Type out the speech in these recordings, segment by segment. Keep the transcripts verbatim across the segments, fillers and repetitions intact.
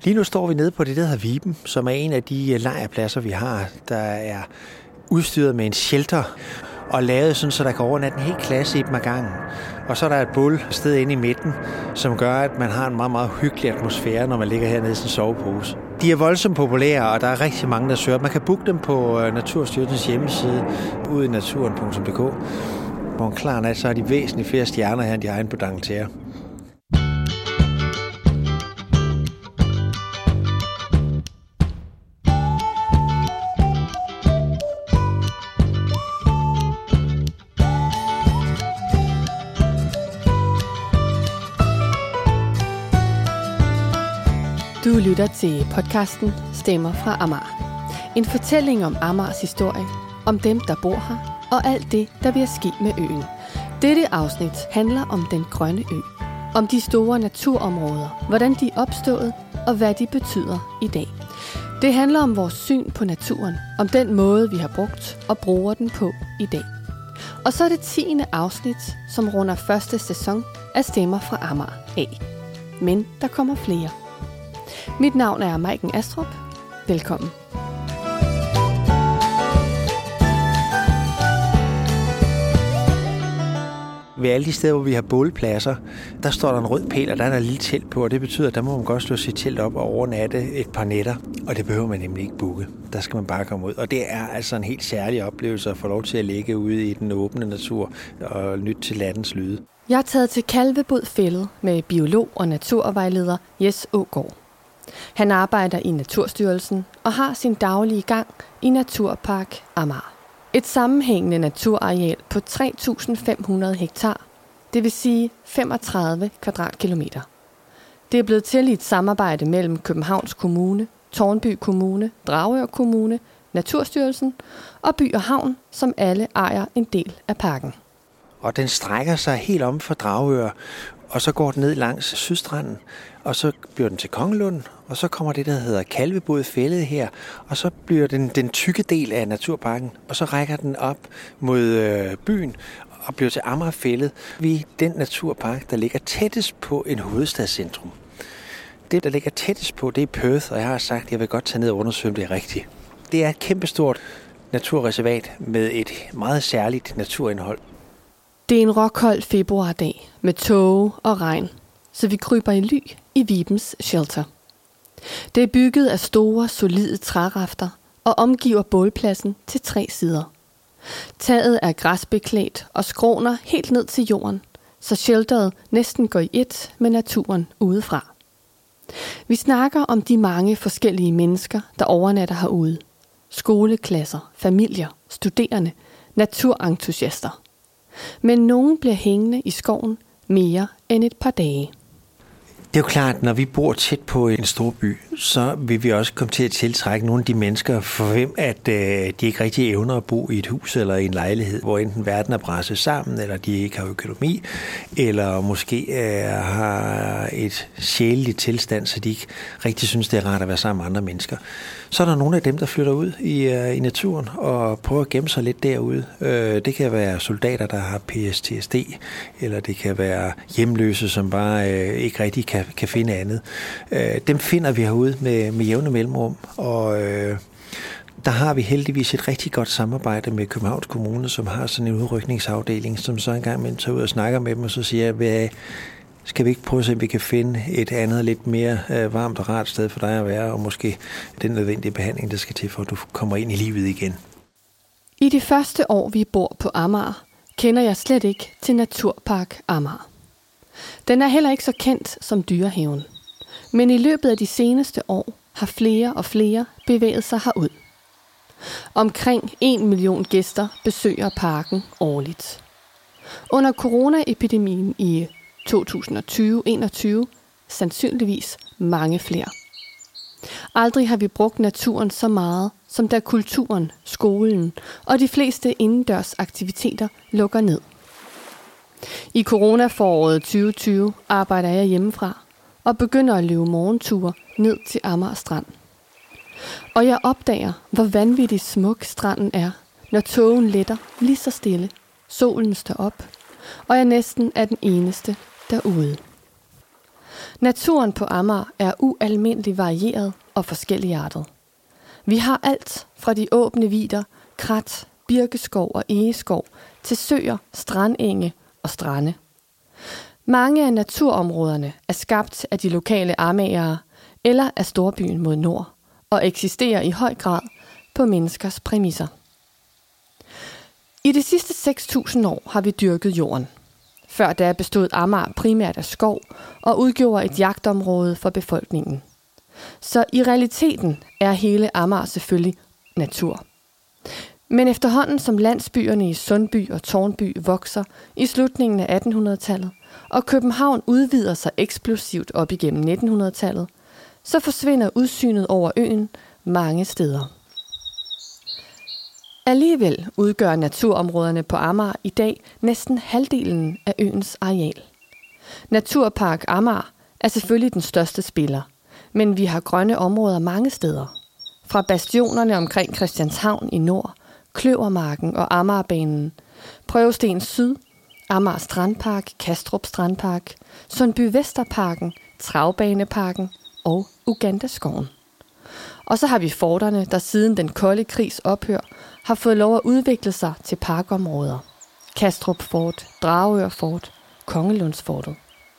Lige nu står vi nede på det, der hedder Viben, som er en af de lejrpladser, vi har, der er udstyret med en shelter og lavet sådan, så der kan overnatte en hel klasse i dem ad gangen. Og så er der et bål sted inde i midten, som gør, at man har en meget, meget hyggelig atmosfære, når man ligger hernede i sin sovepose. De er voldsomt populære, og der er rigtig mange, der søger. Man kan booke dem på Naturstyrelsens hjemmeside, ude i naturen punktum d k. På en klar nat, så er de væsentligt flere stjerner her, end de har inde på D'Angleterre. Du lytter til podcasten Stemmer fra Amager. En fortælling om Amagers historie, om dem, der bor her, og alt det, der vil ske med øen. Dette afsnit handler om den grønne ø, om de store naturområder, hvordan de er opstået, og hvad de betyder i dag. Det handler om vores syn på naturen, om den måde, vi har brugt og bruger den på i dag. Og så er det tiende afsnit, som runder første sæson af Stemmer fra Amager af. Men der kommer flere. Mit navn er Maiken Astrup. Velkommen. Ved alle de steder, hvor vi har bålpladser, der står der en rød pæl, og der er en lille telt på, og det betyder, at der må man godt slå sit telt op og overnatte et par nætter, og det behøver man nemlig ikke booke. Der skal man bare komme ud, og det er altså en helt særlig oplevelse at få lov til at ligge ude i den åbne natur og lytte til landens lyde. Jeg er taget til Kalvebod Fælled med biolog og naturvejleder Jes Aagaard. Han arbejder i Naturstyrelsen og har sin daglige gang i Naturpark Amager. Et sammenhængende naturareal på tre tusind fem hundrede hektar, det vil sige femogtredive kvadratkilometer. Det er blevet til i et samarbejde mellem Københavns Kommune, Tårnby Kommune, Dragør Kommune, Naturstyrelsen og By og Havn, som alle ejer en del af parken. Og den strækker sig helt om for Dragør, og så går den ned langs Sydstranden, og så bliver den til Kongelund, og så kommer det, der hedder Kalvebod Fælled her, og så bliver den den tykke del af naturparken, og så rækker den op mod øh, byen og bliver til Amager Fælled. Vi er den naturpark, der ligger tættest på en hovedstadscentrum. Det, der ligger tættest på, det er Perth, og jeg har sagt, at jeg vil godt tage ned og undersøge, om det er rigtigt. Det er et kæmpestort naturreservat med et meget særligt naturindhold. Det er en råkold februardag med tåge og regn, så vi kryber i ly i Vibens shelter. Det er bygget af store, solide trærafter og omgiver bålpladsen til tre sider. Taget er græsbeklædt og skråner helt ned til jorden, så shelteret næsten går i ét med naturen udefra. Vi snakker om de mange forskellige mennesker, der overnatter herude. Skoleklasser, familier, studerende, naturentusiaster. Men nogen bliver hængende i skoven mere end et par dage. Det er jo klart, at når vi bor tæt på en stor by, så vil vi også komme til at tiltrække nogle af de mennesker, for hvem at øh, de ikke rigtig evner at bo i et hus eller i en lejlighed, hvor enten verden er presset sammen, eller de ikke har økonomi, eller måske øh, har et sjæleligt tilstand, så de ikke rigtig synes, det er rart at være sammen med andre mennesker. Så er der nogle af dem, der flytter ud i, øh, i naturen og prøver at gemme sig lidt derude. Øh, det kan være soldater, der har P T S D, eller det kan være hjemløse, som bare øh, ikke rigtig kan, kan finde andet. Øh, dem finder vi herude med, med jævne mellemrum, og øh, der har vi heldigvis et rigtig godt samarbejde med Københavns Kommune, som har sådan en udrykningsafdeling, som så engang man tager ud og snakker med dem, og så siger, hvad skal vi ikke prøve at se, om vi kan finde et andet, lidt mere øh, varmt og rart sted for dig at være, og måske den nødvendige behandling, der skal til, for at du kommer ind i livet igen. I de første år, vi bor på Amager, kender jeg slet ikke til Naturpark Amager. Den er heller ikke så kendt som Dyrehaven. Men i løbet af de seneste år har flere og flere bevæget sig herud. Omkring en million gæster besøger parken årligt. Under coronaepidemien i to tusind tyve til enogtyve sandsynligvis mange flere. Aldrig har vi brugt naturen så meget, som da kulturen, skolen og de fleste indendørs aktiviteter lukker ned. I coronaforåret tyve tyve arbejder jeg hjemmefra og begynder at løbe morgenture ned til Amager Strand. Og jeg opdager, hvor vanvittigt smuk stranden er, når tågen letter lige så stille, solen står op, og jeg næsten er den eneste derude. Naturen på Amager er ualmindelig varieret og forskelligartet. Vi har alt fra de åbne vidder, krat, birkeskov og egeskov til søer, strandenge og strande. Mange af naturområderne er skabt af de lokale amagere eller af storbyen mod nord og eksisterer i høj grad på menneskers præmisser. I de sidste seks tusind år har vi dyrket jorden. Før da bestod Amager primært af skov og udgjorde et jagtområde for befolkningen. Så i realiteten er hele Amager selvfølgelig natur. Men efterhånden som landsbyerne i Sundby og Tårnby vokser i slutningen af attenhundredetallet, og København udvider sig eksplosivt op igennem nittenhundredetallet, så forsvinder udsynet over øen mange steder. Alligevel udgør naturområderne på Amager i dag næsten halvdelen af øens areal. Naturpark Amager er selvfølgelig den største spiller, men vi har grønne områder mange steder. Fra bastionerne omkring Christianshavn i nord, Kløvermarken og Amagerbanen, Prøvesten Syd, Amager Strandpark, Kastrup Strandpark, Sundby Vesterparken, Travbaneparken og Ugandaskoven. Og så har vi forterne, der siden den kolde krigs ophør har fået lov at udvikle sig til parkområder. Kastrup Fort, Dragør Fort, Kongelundsfortet.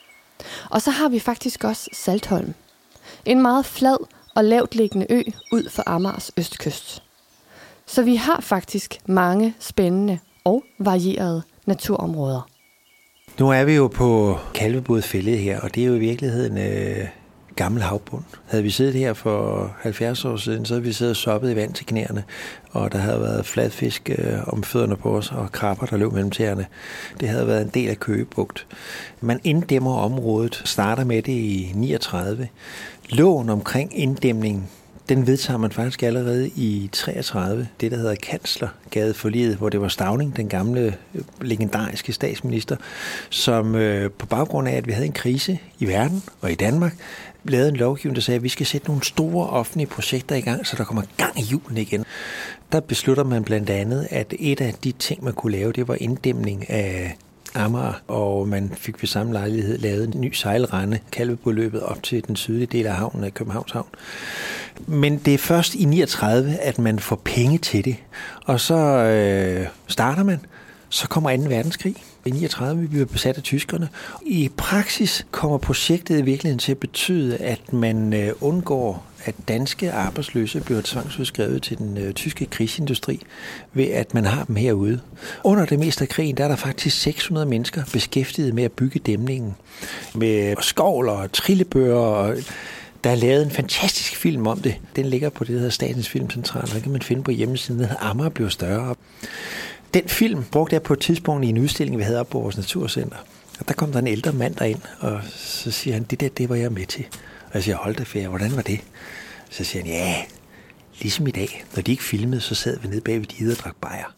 Og så har vi faktisk også Saltholm. En meget flad og lavtliggende ø ud for Amagers østkyst. Så vi har faktisk mange spændende og varierede naturområder. Nu er vi jo på Kalvebod Fælled her, og det er jo i virkeligheden øh, gammel havbund. Havde vi siddet her for halvfjerds år siden, så havde vi siddet og soppet i vand til knæerne, og der havde været fladfisk øh, om fødderne på os, og krabber, der løb mellem tæerne. Det havde været en del af Køge Bugt. Man inddæmmer området, starter med det i niogtredive. Loven omkring inddæmning, den vedtager man faktisk allerede i treogtredive, det der hedder Kanslergadeforliget, hvor det var Stauning, den gamle legendariske statsminister, som øh, på baggrund af, at vi havde en krise i verden og i Danmark, lavede en lovgivning, der sagde, at vi skal sætte nogle store offentlige projekter i gang, så der kommer gang i hjulene igen. Der beslutter man blandt andet, at et af de ting, man kunne lave, det var inddæmning af Amager, og man fik ved samme lejlighed lavet en ny sejlrende, Kalvebodløbet, op til den sydlige del af havnen af Københavns Havn. Men det er først i niogtredive, at man får penge til det, og så øh, starter man. Så kommer anden verdenskrig. I niogtredive vi bliver besat af tyskerne. I praksis kommer projektet i virkeligheden til at betyde, at man øh, undgår, at danske arbejdsløse bliver tvangsudskrevet til den øh, tyske krigsindustri, ved at man har dem herude. Under det meste af krigen, der er der faktisk seks hundrede mennesker beskæftiget med at bygge dæmningen. Med skovler og trillebøger, og der er lavet en fantastisk film om det. Den ligger på det, der hedder Statens Filmcentral. Der kan man finde på hjemmesiden, at Amager bliver større. Den film brugte jeg på et tidspunkt i en udstilling, vi havde oppe på vores naturcenter. Og der kom der en ældre mand derind, og så siger han, det der, det var jeg med til. Og jeg siger, hold da ferie, hvordan var det? Så siger han, ja, ligesom i dag. Når de ikke filmede, så sad vi nede bag ved de og drak bajer.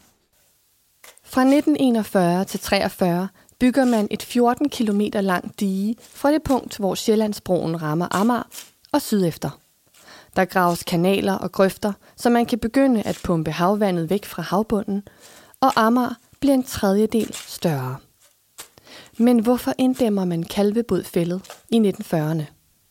Fra nitten enogfyrre til treogfyrre bygger man et fjorten kilometer langt dige fra det punkt, hvor Sjællandsbroen rammer Amager og sydefter. Der graves kanaler og grøfter, så man kan begynde at pumpe havvandet væk fra havbunden, og Amager bliver en tredjedel større. Men hvorfor inddæmmer man Kalvebod Fælled i nitten fyrrerne?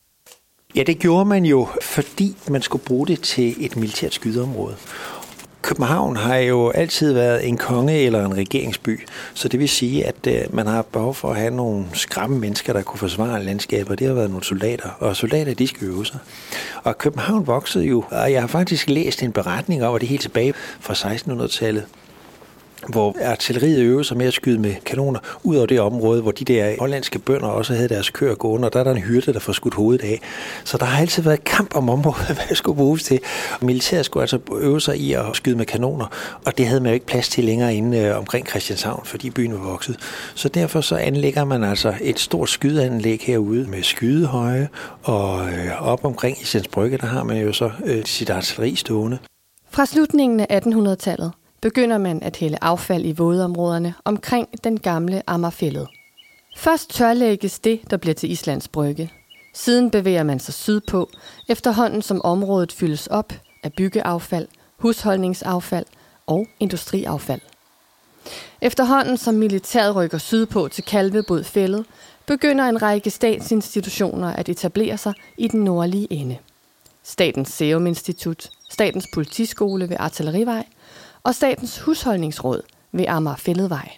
Ja, det gjorde man jo, fordi man skulle bruge det til et militært skydeområde. København har jo altid været en konge- eller en regeringsby, så det vil sige, at man har behov for at have nogle skræmme mennesker, der kunne forsvare landskabet. Det har været nogle soldater, og soldater, de skal øve sig. Og København voksede jo, og jeg har faktisk læst en beretning om, at det er helt tilbage fra sekstenhundredetallet, hvor artilleriet øvede sig med at skyde med kanoner ud over det område, hvor de der hollandske bønder også havde deres køer gående, og der er der en hyrde, der får skudt hovedet af. Så der har altid været kamp om området, hvad det skulle bruges til. Militæret skulle altså øve sig i at skyde med kanoner, og det havde man jo ikke plads til længere inde øh, omkring Christianshavn, fordi byen var vokset. Så derfor så anlægger man altså et stort skydeanlæg herude med skydehøje, og øh, op omkring i Islands Brygge, der har man jo så øh, sit artilleri stående. Fra slutningen af attenhundredetallet begynder man at hælde affald i vådområderne omkring den gamle Amagerfælled. Først tørlægges det, der bliver til Islands Brygge. Siden bevæger man sig sydpå, efterhånden som området fyldes op af byggeaffald, husholdningsaffald og industriaffald. Efterhånden som militæret rykker sydpå til Kalvebod Fælled, begynder en række statsinstitutioner at etablere sig i den nordlige ende. Statens Serum Institut, Statens Politiskole ved Artillerivej og Statens Husholdningsråd ved Amager Fælledvej.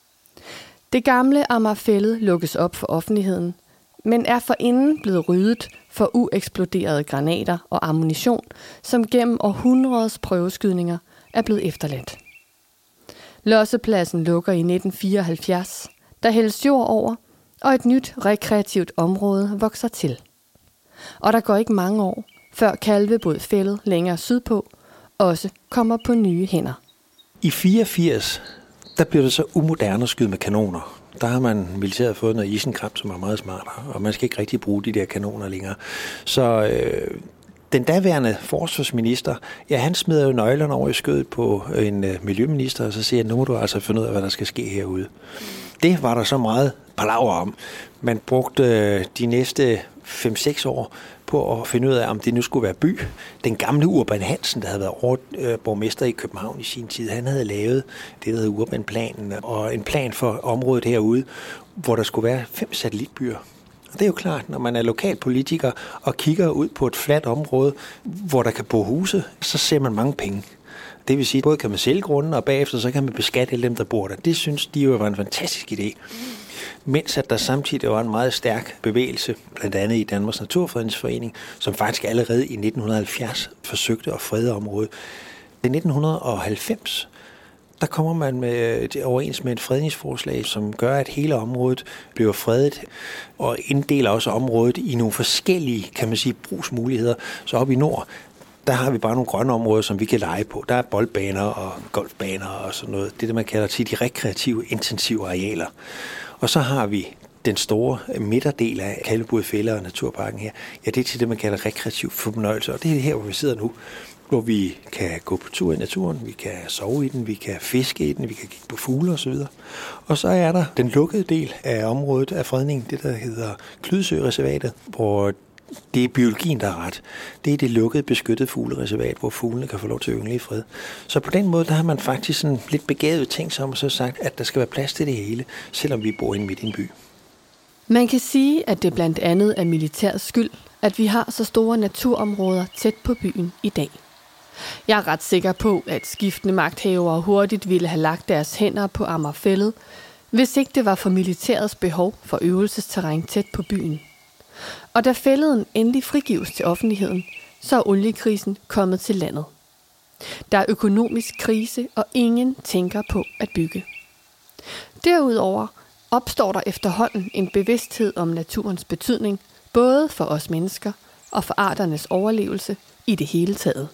Det gamle Amager Fælled lukkes op for offentligheden, men er forinden blevet ryddet for ueksploderede granater og ammunition, som gennem århundredets prøveskydninger er blevet efterladt. Lossepladsen lukker i nitten fireoghalvfjerds, der hældes jord over, og et nyt rekreativt område vokser til. Og der går ikke mange år, før Kalvebod Fælled længere sydpå også kommer på nye hænder. I fireogfirs, der bliver det så umoderne at skyde med kanoner. Der har man militæret fået noget isenkram, som er meget smartere, og man skal ikke rigtig bruge de der kanoner længere. Så øh, den daværende forsvarsminister, ja, han smider jo nøglerne over i skødet på en øh, miljøminister, og så siger han, nu må du altså finde ud af, hvad der skal ske herude. Det var der så meget palaver om. Man brugte øh, de næste fem seks år på at finde ud af, om det nu skulle være by. Den gamle Urban Hansen, der havde været overborgmester i København i sin tid, han havde lavet det, der hedder Urbanplanen, og en plan for området herude, hvor der skulle være fem satellitbyer. Og det er jo klart, når man er lokalpolitiker og kigger ud på et fladt område, hvor der kan bo huse, så ser man mange penge. Det vil sige, både kan man sælge grunden, og bagefter så kan man beskatte alle dem, der bor der. Det synes de jo var en fantastisk idé. Mens at der samtidig var en meget stærk bevægelse, blandt andet i Danmarks Naturfredningsforening, som faktisk allerede i nitten halvfjerds forsøgte at frede området. I nitten halvfems, der kommer man med, overens med et fredningsforslag, som gør, at hele området bliver fredet, og inddeler også området i nogle forskellige, kan man sige, brugsmuligheder. Så oppe i nord, der har vi bare nogle grønne områder, som vi kan lege på. Der er boldbaner og golfbaner og sådan noget. Det, der man kalder til de rekreative, intensive arealer. Og så har vi den store midterdel af Kalvebod Fælled og Naturparken her. Ja, det er til det, man kalder rekreativ fornøjelse. Og det er her, hvor vi sidder nu, hvor vi kan gå på tur i naturen, vi kan sove i den, vi kan fiske i den, vi kan kigge på fugle osv. Og så er der den lukkede del af området af fredningen, det der hedder Klydsø-reservatet, hvor det er biologien, der er ret. Det er det lukkede, beskyttede fuglereservat, hvor fuglene kan få lov til at yngle i fred. Så på den måde, der har man faktisk sådan lidt begavet ting som og så sagt, at der skal være plads til det hele, selvom vi bor inde midt i en by. Man kan sige, at det blandt andet er militærets skyld, at vi har så store naturområder tæt på byen i dag. Jeg er ret sikker på, at skiftende magthavere hurtigt ville have lagt deres hænder på Amager Fælled, hvis ikke det var for militærets behov for øvelsesterræn tæt på byen. Og da fælleden endelig frigives til offentligheden, så er oliekrisen kommet til landet. Der er økonomisk krise, og ingen tænker på at bygge. Derudover opstår der efterhånden en bevidsthed om naturens betydning, både for os mennesker og for arternes overlevelse i det hele taget.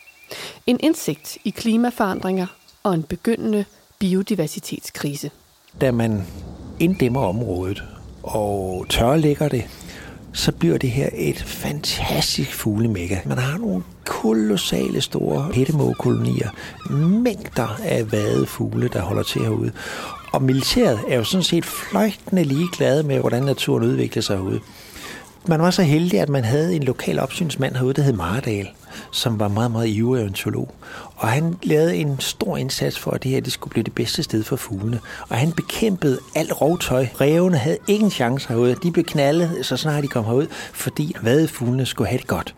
En indsigt i klimaforandringer og en begyndende biodiversitetskrise. Da man inddæmmer området og tørlægger det, så bliver det her et fantastisk fuglemekka. Man har nogle kolossale store hættemågekolonier, mængder af vadefugle, der holder til herude. Og militæret er jo sådan set fløjtende ligeglade med, hvordan naturen udvikler sig herude. Man var så heldig, at man havde en lokal opsynsmand herude, der hed Maradal, som var meget, meget ivrig ornitolog. Og han lavede en stor indsats for, at det her det skulle blive det bedste sted for fuglene. Og han bekæmpede alt rovtøj. Rævene havde ingen chance herude. De blev knaldet, så snart de kom herud, fordi vadefuglene skulle have det godt.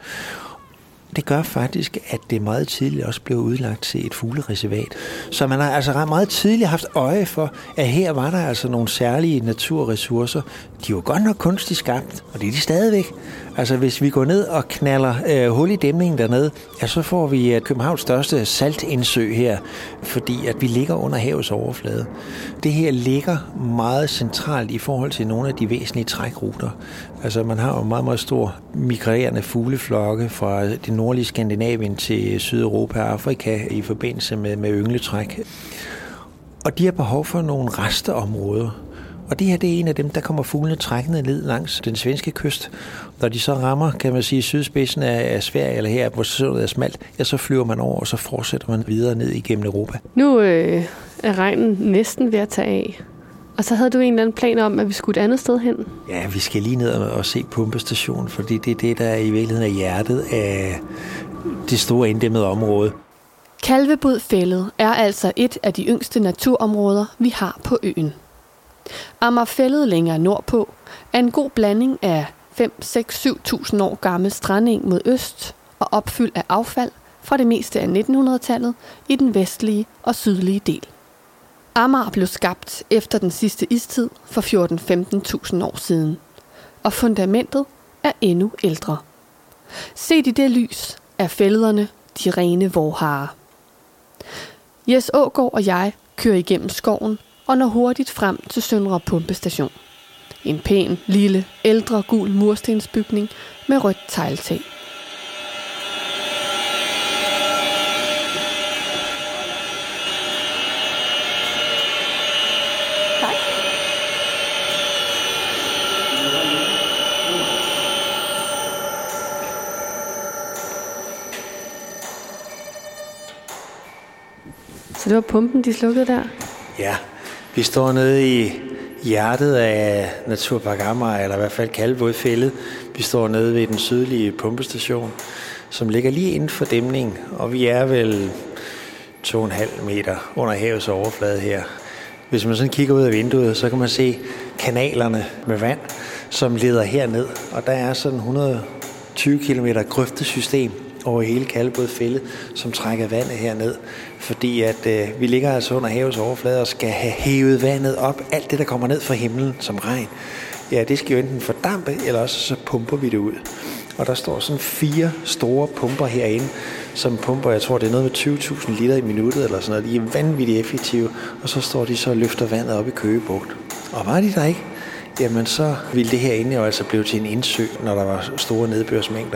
Det gør faktisk, at det meget tidligt også blev udlagt til et fuglereservat. Så man har altså meget tidligt haft øje for, at her var der altså nogle særlige naturressourcer. De var godt nok kunstigt skabt, og det er de stadigvæk. Altså hvis vi går ned og knaller øh, hul i dæmningen dernede, ja, så får vi Københavns største saltindsø her, fordi at vi ligger under havets overflade. Det her ligger meget centralt i forhold til nogle af de væsentlige trækruter. Altså man har jo meget, meget stor migrerende fugleflokke fra det nordlige Skandinavien til Sydeuropa og Afrika i forbindelse med, med yngletræk. Og de har behov for nogle resteområder. Og det her det er en af dem, der kommer fuglene trækkende ned langs den svenske kyst. Når de så rammer, kan man sige, sydspidsen af Sverige, eller her, hvor sundet er smalt, ja, så flyver man over, og så fortsætter man videre ned igennem Europa. Nu øh, er regnen næsten ved at tage af. Og så havde du en eller anden plan om, at vi skulle et andet sted hen? Ja, vi skal lige ned og se pumpestationen, fordi det er det, der i virkeligheden er hjertet af det store inddæmmede område. Kalvebod Fælled er altså et af de yngste naturområder, vi har på øen. Amager Fælled længere nordpå er en god blanding af fem, seks, syv tusind år gammel strandeng mod øst og opfyldt af affald fra det meste af nitten hundrede-tallet i den vestlige og sydlige del. Amager blev skabt efter den sidste istid for fjorten til femten tusind år siden, og fundamentet er endnu ældre. Set i det lys er fællederne de rene vorharer. Jes Aagaard og jeg kører igennem skoven og når hurtigt frem til Søndre Pumpestation. En pæn, lille, ældre gul murstensbygning med rødt tegltag. Så det var pumpen, de slukkede der? Ja, vi står nede i hjertet af Naturpark Amager, eller i hvert fald Kalvebod Fælled. Vi står nede ved den sydlige pumpestation, som ligger lige inden for dæmningen, og vi er vel to komma fem meter under havets overflade her. Hvis man sådan kigger ud af vinduet, så kan man se kanalerne med vand, som leder herned, og der er sådan et hundrede og tyve kilometer grøftesystem over hele Kalvebod Fælled, som trækker vandet herned, fordi at øh, vi ligger altså under havets overflade og skal have hævet vandet op. Alt det, der kommer ned fra himlen som regn, ja, det skal jo enten fordampe, eller også så pumper vi det ud. Og der står sådan fire store pumper herinde, som pumper, jeg tror, det er noget med tyve tusind liter i minuttet, eller sådan noget. De er vanvittigt effektive, og så står de så og løfter vandet op i Køge Bugt. Og var de der ikke, jamen så ville det herinde jo altså blive til en indsø, når der var store nedbørsmængder.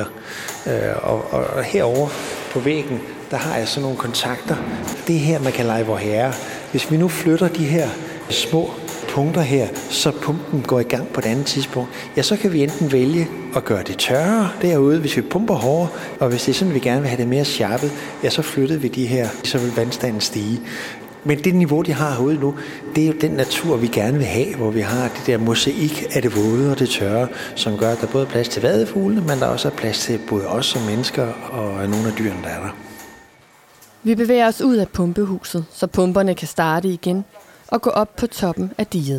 Og, og, og herovre på væggen, der har jeg sådan nogle kontakter. Det er her, man kan lege vor herre. Hvis vi nu flytter de her små punkter her, så pumpen går i gang på et andet tidspunkt, ja, så kan vi enten vælge at gøre det tørre derude, hvis vi pumper hårdere, og hvis det er sådan, vi gerne vil have det mere sharpet, ja, så flytter vi de her, så vil vandstanden stige. Men det niveau, de har herude nu, det er jo den natur, vi gerne vil have, hvor vi har det der mosaik af det våde og det tørre, som gør, at der både er plads til vadefuglene, men der også er plads til både os som mennesker og nogle af dyrene, der er der. Vi bevæger os ud af pumpehuset, så pumperne kan starte igen og gå op på toppen af diget.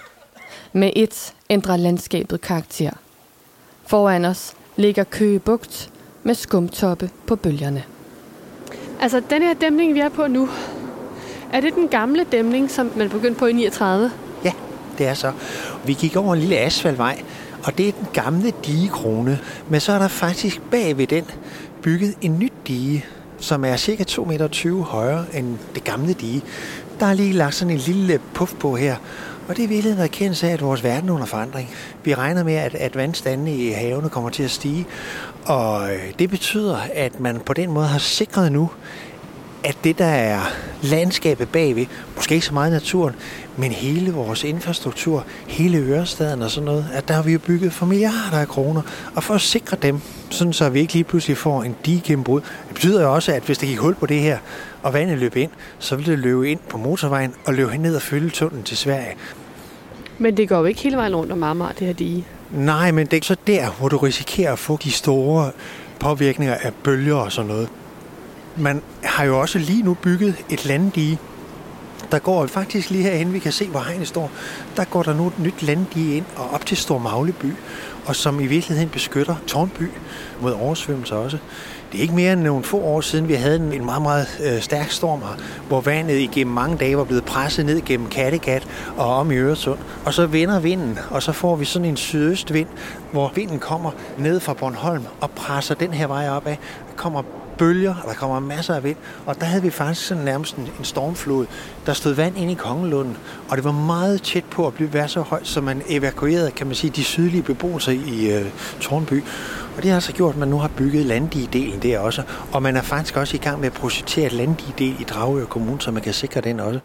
Med et ændrer landskabet karakter. Foran os ligger Køge Bugt med skumtoppe på bølgerne. Altså, den her dæmning, vi er på nu, er det den gamle dæmning, som man begyndte på i niogtredive? Ja, det er så. Vi gik over en lille asfaltvej, og det er den gamle digekrone. Men så er der faktisk bag ved den bygget en nyt dige, som er cirka to komma tyve meter højere end det gamle dige. Der er lige lagt sådan en lille puff på her, og det er virkelig en erkendelse af, at vores verden er under forandring. Vi regner med, at, at vandstandene i havene kommer til at stige, og det betyder, at man på den måde har sikret nu, at det, der er landskabet bagved, måske ikke så meget naturen, men hele vores infrastruktur, hele Ørestaden og sådan noget, at der har vi jo bygget for milliarder af kroner. Og for at sikre dem, sådan så vi ikke lige pludselig får en digegennembrud. Det betyder jo også, at hvis der gik hul på det her, og vandet løb ind, så ville det løbe ind på motorvejen og løbe ned og følge tunnelen til Sverige. Men det går jo ikke hele vejen rundt om Amager, det her dige. Nej, men det er så der, hvor du risikerer at få de store påvirkninger af bølger og sådan noget. Man har jo også lige nu bygget et landdige. Der går faktisk lige herhen, vi kan se, hvor hegnet står. Der går der nu et nyt landdige ind og op til Stor Magleby, og som i virkeligheden beskytter Tårnby mod oversvømmelser også. Det er ikke mere end nogle få år siden, vi havde en meget, meget øh, stærk storm her, hvor vandet igennem mange dage var blevet presset ned gennem Kattegat og om i Øresund. Og så vender vinden, og så får vi sådan en sydøstvind, hvor vinden kommer ned fra Bornholm og presser den her vej opad. Der kommer bølger, og der kommer masser af vind, og der havde vi faktisk sådan nærmest en, en stormflod. Der stod vand ind i Kongelunden, og det var meget tæt på at blive været så højt, så man evakuerede, kan man sige, de sydlige beboelser i øh, Tårnby. Og det har altså gjort, at man nu har bygget landdigedelen der også, og man er faktisk også i gang med at projektere et landdigedel i Dragør Kommune, så man kan sikre den også.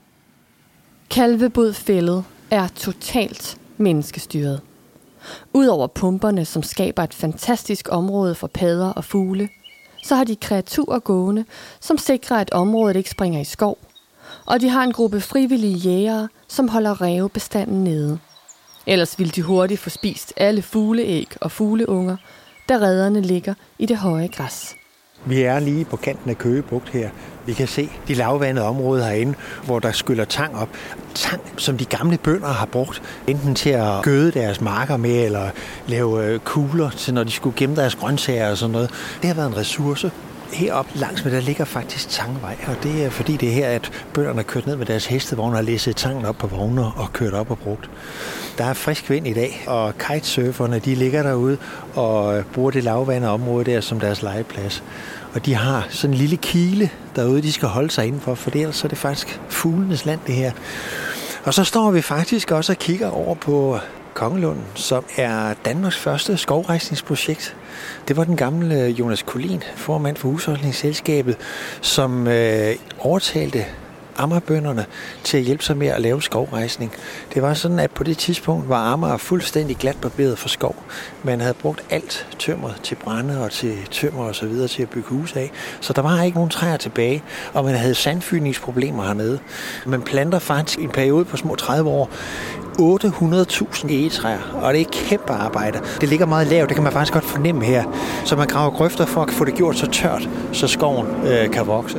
Kalvebod Fælled er totalt menneskestyret. Udover pumperne, som skaber et fantastisk område for padder og fugle, så har de kreaturer gående, som sikrer, at området ikke springer i skov. Og de har en gruppe frivillige jægere, som holder rævebestanden nede. Ellers vil de hurtigt få spist alle fugleæg og fugleunger, da redderne ligger i det høje græs. Vi er lige på kanten af Køge Bugt her. Vi kan se de lavvandede områder herinde, hvor der skyller tang op. Tang, som de gamle bønder har brugt, enten til at gøde deres marker med, eller lave kugler til, når de skulle gemme deres grøntsager og sådan noget. Det har været en ressource. Heroppe langs med, der ligger faktisk Tangvej, og det er fordi det er her, at bønderne har kørt ned med deres hestevogne og har læsset tangen op på vogne og kørt op og brugt. Der er frisk vind i dag, og kitesurferne, de ligger derude og bruger det lavvandede område der som deres legeplads. Og de har sådan en lille kile derude, de skal holde sig indenfor, for ellers er det faktisk fuglenes land, det her. Og så står vi faktisk også og kigger over på Kongelunden, som er Danmarks første skovrejsningsprojekt. Det var den gamle Jonas Collin, formand for husholdningsselskabet, som øh, overtalte Amagerbønderne til at hjælpe sig med at lave skovrejsning. Det var sådan, at på det tidspunkt var Amager fuldstændig glat barberet for skov. Man havde brugt alt tømmer til brænde og til tømmer og så videre til at bygge hus af. Så der var ikke nogen træer tilbage, og man havde sandfygningsproblemer hernede. Man planter faktisk i en periode på små tredive år otte hundrede tusind egetræer, og det er et kæmpe arbejde. Det ligger meget lavt, det kan man faktisk godt fornemme her. Så man graver grøfter for at få det gjort så tørt, så skoven øh, kan vokse.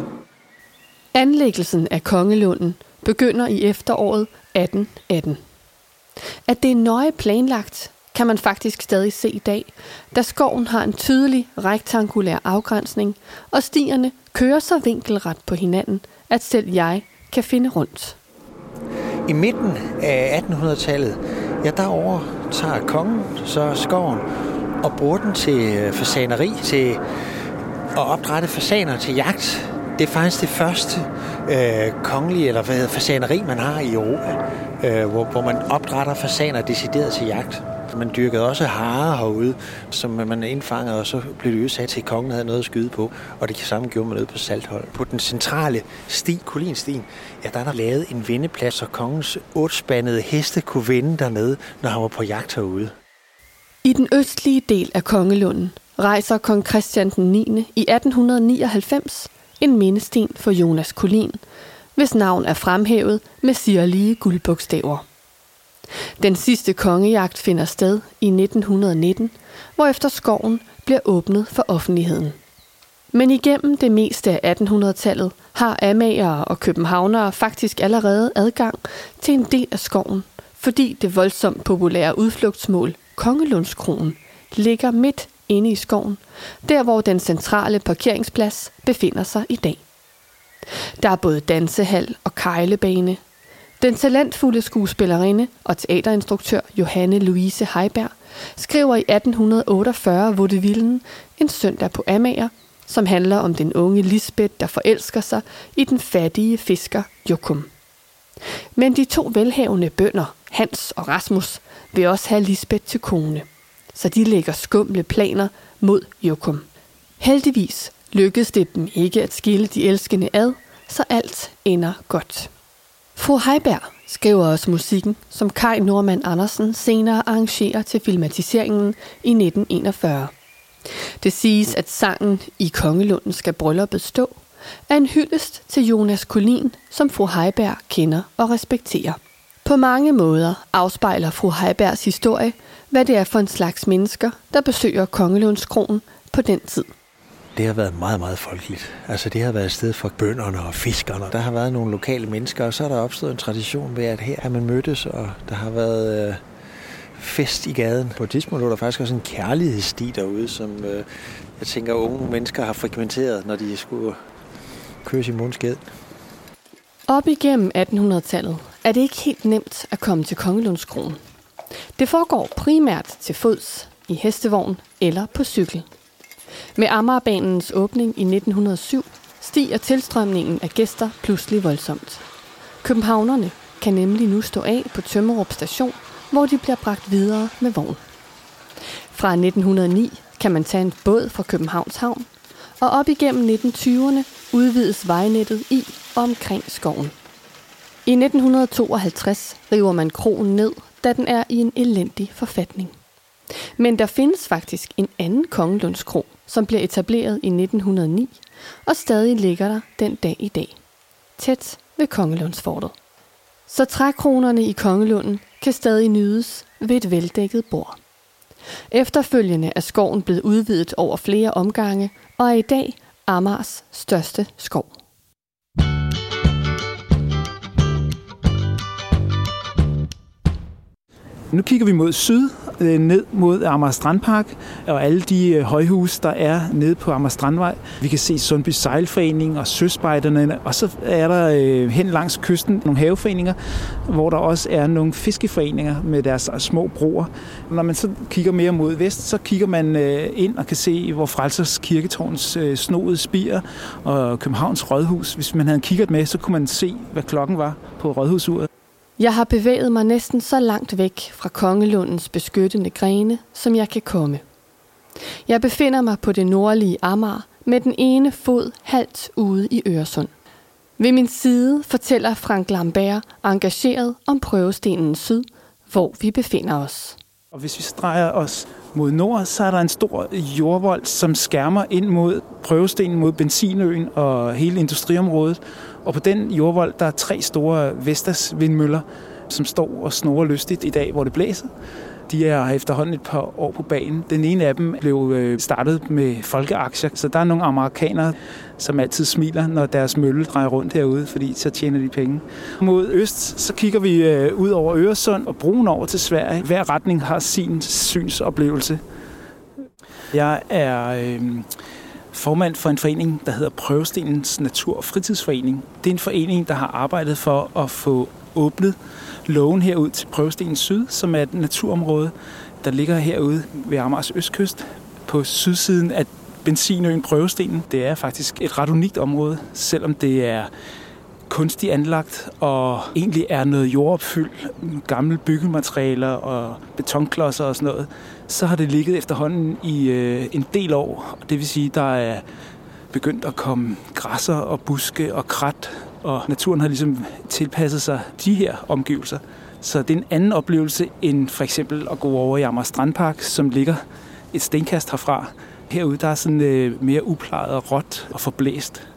Anlæggelsen af Kongelunden begynder i efteråret atten atten. At det er nøje planlagt, kan man faktisk stadig se i dag, da skoven har en tydelig rektangulær afgrænsning, og stierne kører så vinkelret på hinanden, at selv jeg kan finde rundt. I midten af attenhundredetallet, ja, der overtager kongen så skoven og bruger den til fasaneri, til at opdrætte fasaner til jagt. Det er faktisk det første øh, kongelige, eller hvad hedder, fasaneri, man har i Europa, øh, hvor, hvor man opdrætter fasaner decideret til jagt. Man dyrkede også harer herude, som man indfangede, og så blev det udsat til, at kongen havde noget at skyde på, og det samme gjorde man ude på Saltholm. På den centrale sti, Collinstien, ja, der er der lavet en vendeplads, så kongens ottespandede heste kunne vende dernede, når han var på jagt herude. I den østlige del af Kongelunden rejser kong Christian den niende i atten nioghalvfems en mindesten for Jonas Collin, hvis navn er fremhævet med sirlige guldbogstaver. Den sidste kongejagt finder sted i nitten nitten, hvorefter skoven bliver åbnet for offentligheden. Men igennem det meste af attenhundredetallet har amagere og københavnere faktisk allerede adgang til en del af skoven, fordi det voldsomt populære udflugtsmål Kongelundskroen ligger midt inde i skoven, der hvor den centrale parkeringsplads befinder sig i dag. Der er både dansehal og kejlebane. Den talentfulde skuespillerinde og teaterinstruktør Johanne Louise Heiberg skriver i atten otteogfyrre Vaudevillen en søndag på Amager, som handler om den unge Lisbeth, der forelsker sig i den fattige fisker Jokum. Men de to velhavende bønder, Hans og Rasmus, vil også have Lisbeth til kone, så de lægger skumle planer mod Jokum. Heldigvis lykkedes det dem ikke at skille de elskende ad, så alt ender godt. Fru Heiberg skriver også musikken, som Kai Normann Andersen senere arrangerer til filmatiseringen i nitten enogfyrre. Det siges, at sangen I Kongelunden skal brylluppet stå er en hyldest til Jonas Collin, som fru Heiberg kender og respekterer. På mange måder afspejler fru Heibergs historie, hvad det er for en slags mennesker, der besøger Kongelundskroen på den tid. Det har været meget, meget folkeligt. Altså det har været et sted for bønderne og fiskerne. Der har været nogle lokale mennesker, og så er der opstået en tradition ved, at her har man mødtes, og der har været øh, fest i gaden. På et tidspunkt var der faktisk også en kærlighedssti derude, som øh, jeg tænker, unge mennesker har frekventeret, når de skulle køres i mundsked. Op igennem attenhundredetallet er det ikke helt nemt at komme til Kongelundskroen. Det foregår primært til fods, i hestevogn eller på cykel. Med Amagerbanens åbning i nitten hundrede og syv stiger tilstrømningen af gæster pludselig voldsomt. Københavnerne kan nemlig nu stå af på Tømmerup station, hvor de bliver bragt videre med vogn. Fra nitten hundrede og ni kan man tage en båd fra Københavns Havn, og op igennem nitten tyverne udvides vejnettet i og omkring skoven. I nitten tooghalvtreds river man kroen ned, da den er i en elendig forfatning. Men der findes faktisk en anden Kongelundskro, som bliver etableret i nitten hundrede og ni, og stadig ligger der den dag i dag, tæt ved Kongelundsfortet. Så trækronerne i Kongelunden kan stadig nydes ved et veldækket bord. Efterfølgende er skoven blevet udvidet over flere omgange, og er i dag Amagers største skov. Nu kigger vi mod syd, ned mod Amager Strandpark og alle de højhuse, der er nede på Amager Strandvej. Vi kan se Sundby Sejlforening og Søspejderne, og så er der hen langs kysten nogle haveforeninger, hvor der også er nogle fiskeforeninger med deres små broer. Når man så kigger mere mod vest, så kigger man ind og kan se, hvor Frelsers Kirketårns snoede spir og Københavns Rådhus. Hvis man havde kigget med, så kunne man se, hvad klokken var på rådhusuret. Jeg har bevæget mig næsten så langt væk fra Kongelundens beskyttende grene, som jeg kan komme. Jeg befinder mig på det nordlige Amager med den ene fod halvt ude i Øresund. Ved min side fortæller Frank Lambert engageret om Prøvestenen Syd, hvor vi befinder os. Og hvis vi drejer os mod nord, så er der en stor jordvold, som skærmer ind mod Prøvestenen, mod Benzinøen og hele industriområdet. Og på den jordvold, der er tre store Vestas vindmøller, som står og snurrer lystigt i dag, hvor det blæser. De er efterhånden et par år på banen. Den ene af dem blev startet med folkeaktier, så der er nogle amerikanere, som altid smiler, når deres mølle drejer rundt herude, fordi så tjener de penge. Mod øst, så kigger vi ud over Øresund og broen over til Sverige. Hver retning har sin synsoplevelse. Jeg er øh, formand for en forening, der hedder Prøvestenens Natur- og Fritidsforening. Det er en forening, der har arbejdet for at få åbnet lågen herud til Prøvestenens Syd, som er et naturområde, der ligger herude ved Amagers østkyst på sydsiden af Benzinøen Prøvestenen. Det er faktisk et ret unikt område, selvom det er kunstigt anlagt og egentlig er noget jordopfyld, gamle byggematerialer og betonklodser og sådan noget. Så har det ligget efterhånden i øh, en del år. Det vil sige, der er begyndt at komme græsser og buske og krat, og naturen har ligesom tilpasset sig de her omgivelser. Så det er en anden oplevelse end for eksempel at gå over i Amager Strandpark, som ligger et stenkast herfra. Herude der er sådan øh, mere uplejet og råt og forblæst.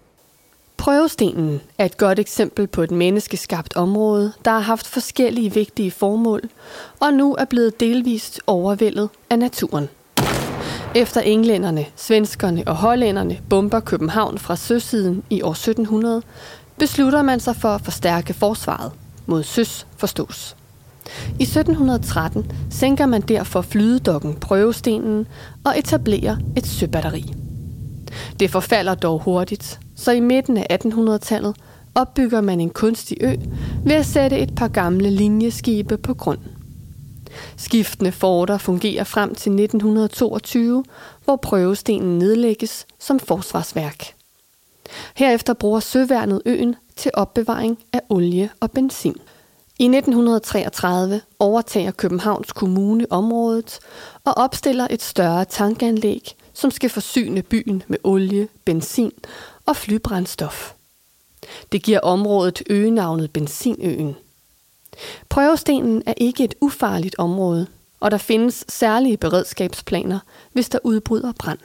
Prøvestenen er et godt eksempel på et menneskeskabt område, der har haft forskellige vigtige formål, og nu er blevet delvist overvældet af naturen. Efter englænderne, svenskerne og hollænderne bomber København fra søsiden i år sytten hundrede, beslutter man sig for at forstærke forsvaret, mod søs forstås. I sytten tretten sænker man derfor flydedokken Prøvestenen og etablerer et søbatteri. Det forfalder dog hurtigt, så i midten af attenhundredetallet opbygger man en kunstig ø ved at sætte et par gamle linjeskibe på grund. Skiftende forter fungerer frem til nitten toogtyve, hvor Prøvestenen nedlægges som forsvarsværk. Herefter bruger Søværnet øen til opbevaring af olie og benzin. I nitten treogtredive overtager Københavns Kommune området og opstiller et større tankanlæg, som skal forsyne byen med olie, benzin og flybrændstof. Det giver området øgenavnet Benzinøen. Prøvestenen er ikke et ufarligt område, og der findes særlige beredskabsplaner, hvis der udbryder brand.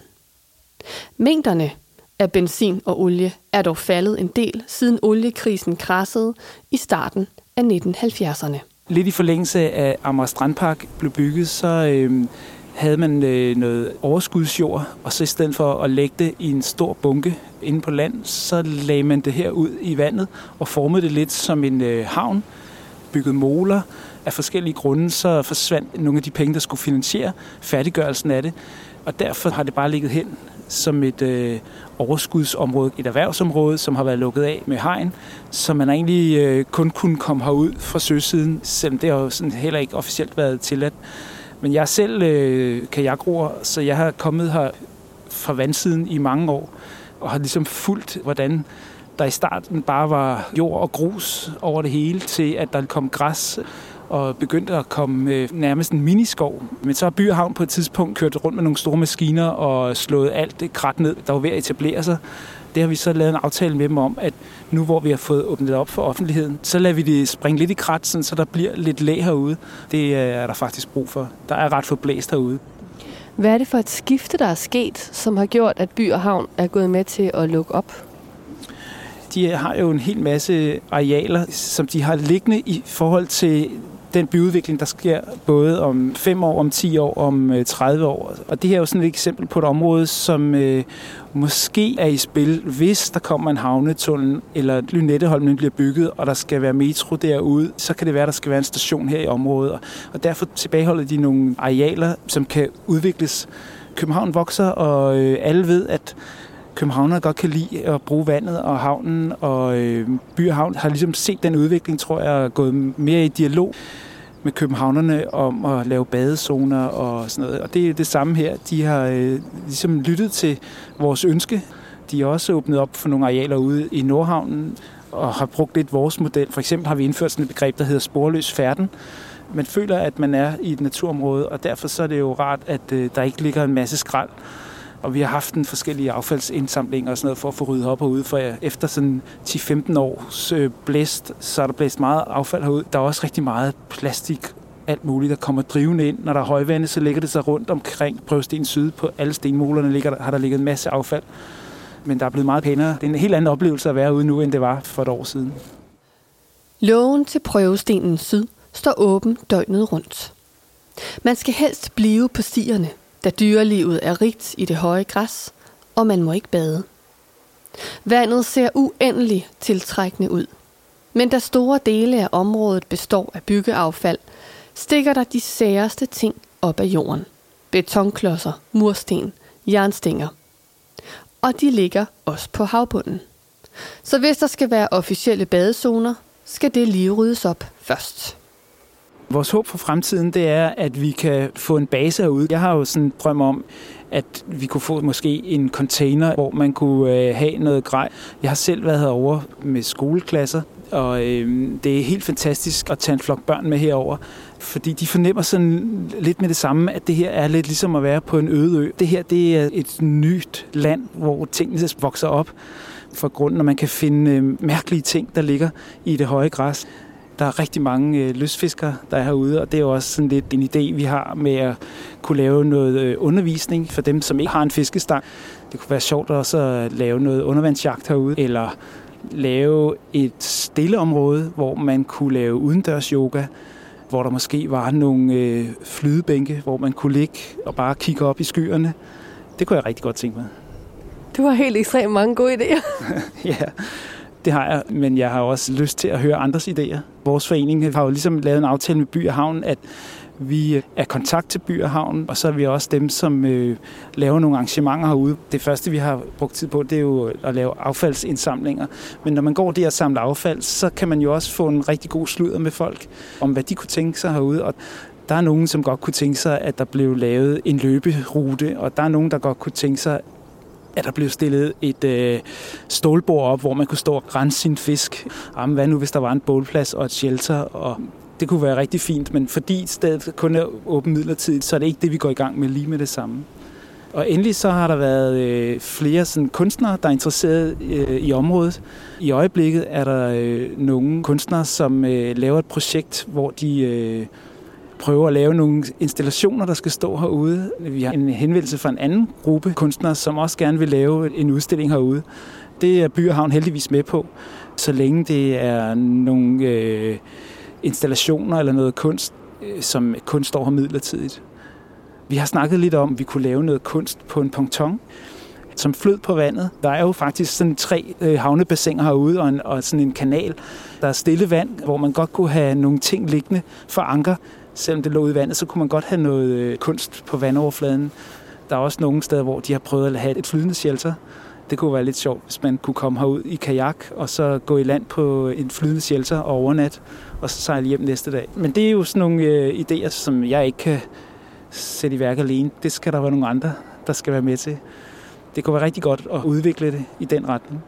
Mængderne af benzin og olie er dog faldet en del, siden oliekrisen krassede i starten af nitten halvfjerdserne. Lidt i forlængelse af Amager Strandpark blev bygget, så øh, havde man øh, noget overskudsjord, og så i stedet for at lægge det i en stor bunke inde på land, så lagde man det her ud i vandet og formede det lidt som en øh, havn, byggede moler. Af forskellige grunde så forsvandt nogle af de penge, der skulle finansiere færdiggørelsen af det, og derfor har det bare ligget hen som et øh, overskudsområde, et erhvervsområde, som har været lukket af med hegn, så man egentlig øh, kun kunne komme herud fra søsiden, selvom det har jo sådan heller ikke officielt været tilladt. Men jeg er selv øh, kajakroer, så jeg har kommet her fra vandsiden i mange år, og har ligesom fulgt, hvordan der i starten bare var jord og grus over det hele, til at der kom græs, og begyndte at komme øh, nærmest en miniskov. Men så har By og Havn på et tidspunkt kørt rundt med nogle store maskiner og slået alt det krat ned, der var ved at etablere sig. Det har vi så lavet en aftale med dem om, at nu hvor vi har fået åbnet op for offentligheden, så lader vi det springe lidt i krat, så der bliver lidt læ herude. Det er der faktisk brug for. Der er ret forblæst herude. Hvad er det for et skifte, der er sket, som har gjort, at By og Havn er gået med til at lukke op? De har jo en hel masse arealer, som de har liggende i forhold til den byudvikling, der sker både om fem år, om ti år, om tredive år. Og det her er jo sådan et eksempel på et område, som øh, måske er i spil, hvis der kommer en havnetunnel, eller Lynetteholmen bliver bygget, og der skal være metro derude, så kan det være, at der skal være en station her i området. Og derfor tilbageholder de nogle arealer, som kan udvikles. København vokser, og øh, alle ved, at københavnere godt kan lide at bruge vandet og havnen, og øh, By og Havn har ligesom set den udvikling, tror jeg, er gået mere i dialog med københavnerne om at lave badezoner og sådan noget. Og det er det samme her. De har øh, ligesom lyttet til vores ønske. De har også åbnet op for nogle arealer ude i Nordhavnen og har brugt lidt vores model. For eksempel har vi indført sådan et begreb, der hedder sporløs færden. Man føler, at man er i et naturområde, og derfor så er det jo rart, at øh, der ikke ligger en masse skrald. Og vi har haft en forskellige affaldsindsamlinger og sådan noget for at få ryddet op herude, for efter sådan ti til femten års blæst, så er der blæst meget affald herude. Der er også rigtig meget plastik, alt muligt, der kommer drivende ind. Når der er højvande, så ligger det sig rundt omkring Prøvesten Syd. På alle stenmolerne ligger, har der ligget en masse affald. Men der er blevet meget pænere. Det er en helt anden oplevelse at være ude nu, end det var for et år siden. Lågen til Prøvestenen Syd står åben døgnet rundt. Man skal helst blive på stierne, da dyrelivet er rigt i det høje græs, og man må ikke bade. Vandet ser uendelig tiltrækkende ud, men da store dele af området består af byggeaffald, stikker der de særeste ting op af jorden. Betonklodser, mursten, jernstænger. Og de ligger også på havbunden. Så hvis der skal være officielle badezoner, skal det lige ryddes op først. Vores håb for fremtiden, det er, at vi kan få en base herude. Jeg har jo sådan en drøm om, at vi kunne få måske en container, hvor man kunne have noget grej. Jeg har selv været herovre med skoleklasser, og øh, det er helt fantastisk at tage en flok børn med herover, fordi de fornemmer sådan lidt med det samme, at det her er lidt ligesom at være på en øde ø. Det her, det er et nyt land, hvor tingene vokser op fra grunden, og man kan finde øh, mærkelige ting, der ligger i det høje græs. Der er rigtig mange øh, lystfiskere, der er herude, og det er jo også sådan lidt en idé, vi har med at kunne lave noget øh, undervisning for dem, som ikke har en fiskestang. Det kunne være sjovt også at lave noget undervandsjagt herude, eller lave et stille område, hvor man kunne lave udendørs yoga, hvor der måske var nogle øh, flydebænke, hvor man kunne ligge og bare kigge op i skyerne. Det kunne jeg rigtig godt tænke mig. Du har helt ekstremt mange gode idéer. Ja. Det har jeg, men jeg har også lyst til at høre andres idéer. Vores forening har jo ligesom lavet en aftale med By og Havn, at vi er kontakt til By og Havn, og så er vi også dem, som øh, laver nogle arrangementer herude. Det første, vi har brugt tid på, det er jo at lave affaldsindsamlinger. Men når man går der og samler affald, så kan man jo også få en rigtig god sludder med folk om, hvad de kunne tænke sig herude. Og der er nogen, som godt kunne tænke sig, at der blev lavet en løberute, og der er nogen, der godt kunne tænke sig, at der blev stillet et øh, stålbord op, hvor man kunne stå og rense sin fisk. Jamen, hvad nu, hvis der var en bålplads og et shelter? Og det kunne være rigtig fint, men fordi stedet kun er åbent midlertidigt, så er det ikke det, vi går i gang med lige med det samme. Og endelig så har der været øh, flere sådan, kunstnere, der er interesseret øh, i området. I øjeblikket er der øh, nogle kunstnere, som øh, laver et projekt, hvor de øh, prøver at lave nogle installationer, der skal stå herude. Vi har en henvendelse fra en anden gruppe kunstnere, som også gerne vil lave en udstilling herude. Det er By og Havn heldigvis med på, så længe det er nogle øh, installationer eller noget kunst, øh, som kun står her midlertidigt. Vi har snakket lidt om, at vi kunne lave noget kunst på en ponton, som flød på vandet. Der er jo faktisk sådan tre øh, havnebassiner herude og, en, og sådan en kanal. Der er stille vand, hvor man godt kunne have nogle ting liggende for anker. Selvom det lå ude i vandet, så kunne man godt have noget øh, kunst på vandoverfladen. Der er også nogle steder, hvor de har prøvet at have et flydende shelter. Det kunne være lidt sjovt, hvis man kunne komme herud i kajak, og så gå i land på en flydende shelter og overnat, og så sejle hjem næste dag. Men det er jo sådan nogle øh, idéer, som jeg ikke kan sætte i værk alene. Det skal der være nogle andre, der skal være med til. Det kunne være rigtig godt at udvikle det i den retning.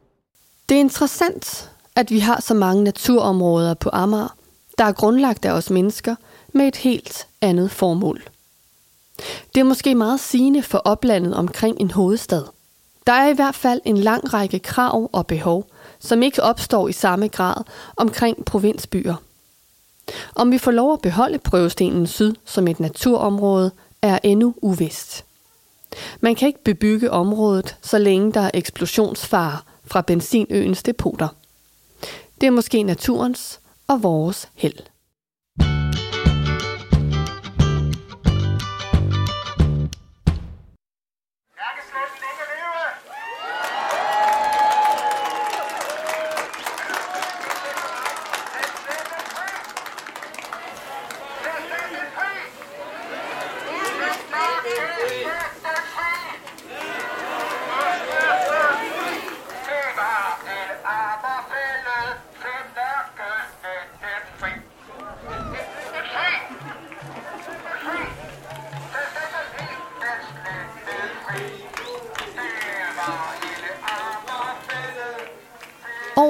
Det er interessant, at vi har så mange naturområder på Amager, der er grundlagt af os mennesker med et helt andet formål. Det er måske meget sigende for oplandet omkring en hovedstad. Der er i hvert fald en lang række krav og behov, som ikke opstår i samme grad omkring provinsbyer. Om vi får lov at beholde Prøvestenen Syd som et naturområde, er endnu uvist. Man kan ikke bebygge området, så længe der er eksplosionsfare fra benzinøens depoter. Det er måske naturens og vores held.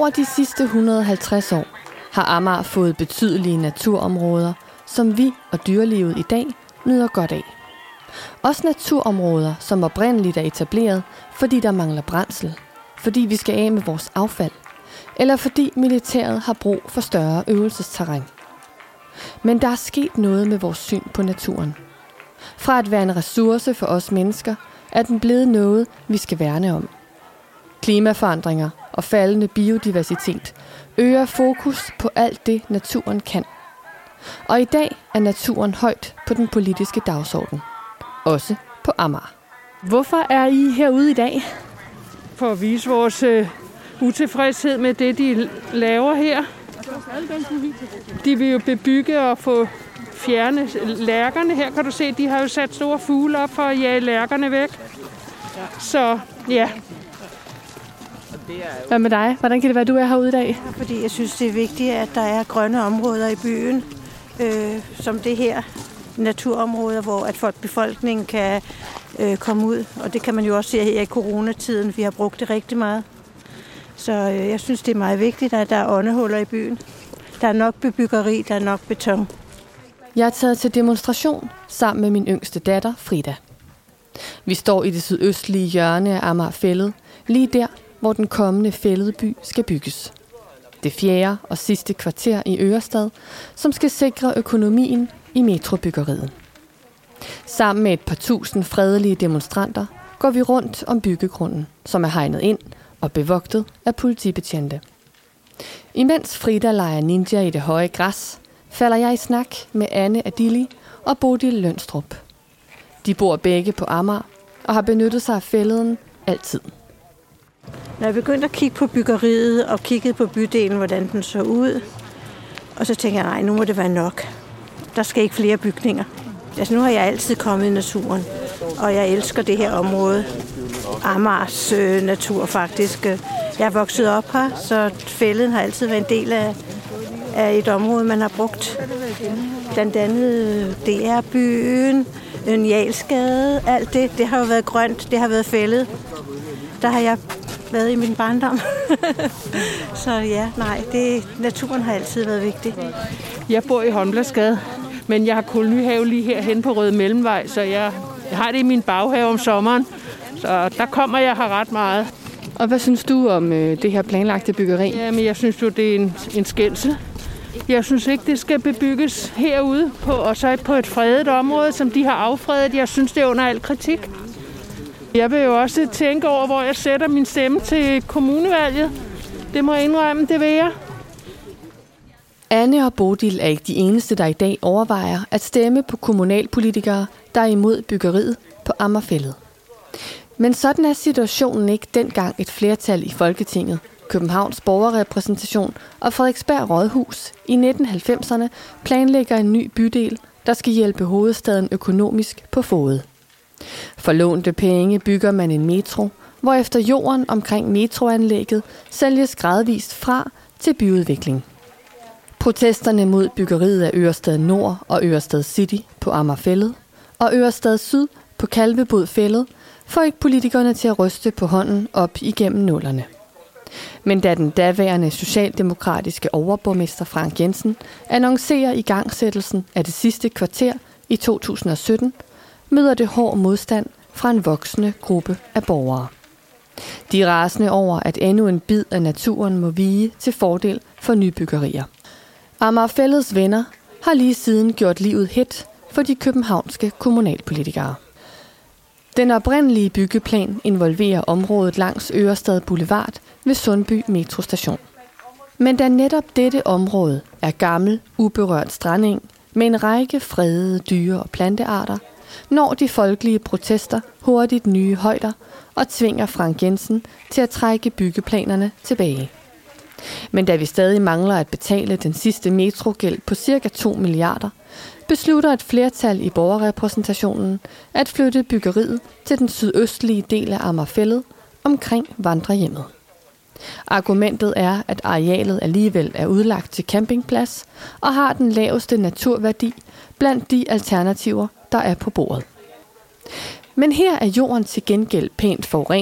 Over de sidste et hundrede og halvtreds år har Amager fået betydelige naturområder, som vi og dyrelivet i dag nyder godt af. Også naturområder, som oprindeligt er etableret, fordi der mangler brændsel, fordi vi skal af med vores affald, eller fordi militæret har brug for større øvelsesterræn. Men der er sket noget med vores syn på naturen. Fra at være en ressource for os mennesker, er den blevet noget, vi skal værne om. Klimaforandringer og faldende biodiversitet øger fokus på alt det, naturen kan. Og i dag er naturen højt på den politiske dagsorden. Også på Amager. Hvorfor er I herude i dag? For at vise vores øh, utilfredshed med det, de laver her. De vil jo bebygge og få fjerne lærkerne. Her kan du se, de har jo sat store fugle op for at jage lærkerne væk. Så ja. Hvad med dig? Hvordan kan det være, du er herude i dag? Fordi jeg synes, det er vigtigt, at der er grønne områder i byen, øh, som det her naturområder, hvor at folk, befolkningen kan øh, komme ud. Og det kan man jo også se her i coronatiden. Vi har brugt det rigtig meget. Så øh, jeg synes, det er meget vigtigt, at der er åndehuller i byen. Der er nok bebyggeri, der er nok beton. Jeg er taget til demonstration sammen med min yngste datter, Frida. Vi står i det sydøstlige hjørne af Amager Fælled, lige der, hvor den kommende fælledby skal bygges. Det fjerde og sidste kvarter i Ørestad, som skal sikre økonomien i metrobyggeriet. Sammen med et par tusind fredelige demonstranter går vi rundt om byggegrunden, som er hegnet ind og bevogtet af politibetjente. Imens Frida leger ninja i det høje græs, falder jeg i snak med Anne Adili og Bodil Lønstrup. De bor begge på Amager og har benyttet sig af fælleden altid. Når jeg begyndte at kigge på byggeriet og kiggede på bydelen, hvordan den så ud, og så tænkte jeg, nej, nu må det være nok. Der skal ikke flere bygninger. Altså, nu har jeg altid kommet i naturen, og jeg elsker det her område. Amagers øh, natur, faktisk. Jeg er vokset op her, så fælleden har altid været en del af, af et område, man har brugt. Blandt andet D R-byen, Njalsgade, alt det. Det har jo været grønt, det har været fældet. Der har jeg været i min barndom. Så ja, nej, det, naturen har altid været vigtig. Jeg bor i Håndbladsgade, men jeg har kolonihave lige herhen på Røde Mellemvej, så jeg, jeg har det i min baghave om sommeren. Så der kommer jeg her ret meget. Og hvad synes du om øh, det her planlagte byggeri? Jamen, jeg synes jo, det er en, en skændsel. Jeg synes ikke, det skal bebygges herude, på, og så på et fredet område, som de har affredet. Jeg synes, det er under al kritik. Jeg vil jo også tænke over, hvor jeg sætter min stemme til kommunevalget. Det må jeg indrømme, det vil jeg. Anne og Bodil er ikke de eneste, der i dag overvejer at stemme på kommunalpolitikere, der er imod byggeriet på Amager Fælled. Men sådan er situationen ikke dengang et flertal i Folketinget, Københavns Borgerrepræsentation og Frederiksberg Rådhus i nitten halvfemserne planlægger en ny bydel, der skal hjælpe hovedstaden økonomisk på fode. For lånte penge bygger man en metro, hvorefter jorden omkring metroanlægget sælges gradvist fra til byudvikling. Protesterne mod byggeriet af Ørestad Nord og Ørestad City på Amager Fælled og Ørestad Syd på Kalvebod Fælled får ikke politikerne til at ryste på hånden op igennem nullerne. Men da den daværende socialdemokratiske overborgmester Frank Jensen annoncerer igangsættelsen af det sidste kvarter i to tusind og sytten, møder det hård modstand fra en voksende gruppe af borgere. De er rasende over, at endnu en bid af naturen må vige til fordel for nybyggerier. Amager Fælleds venner har lige siden gjort livet hedt for de københavnske kommunalpolitikere. Den oprindelige byggeplan involverer området langs Ørestad Boulevard ved Sundby Metrostation. Men da netop dette område er gammel, uberørt strandeng med en række fredede dyre- og plantearter, når de folkelige protester hurtigt nye højder og tvinger Frank Jensen til at trække byggeplanerne tilbage. Men da vi stadig mangler at betale den sidste metrogæld på cirka to milliarder, beslutter et flertal i borgerrepræsentationen at flytte byggeriet til den sydøstlige del af Amager Fælled omkring vandrehjemmet. Argumentet er, at arealet alligevel er udlagt til campingplads og har den laveste naturværdi blandt de alternativer, der er på bordet. Men her er jorden til gengæld pænt forurenet,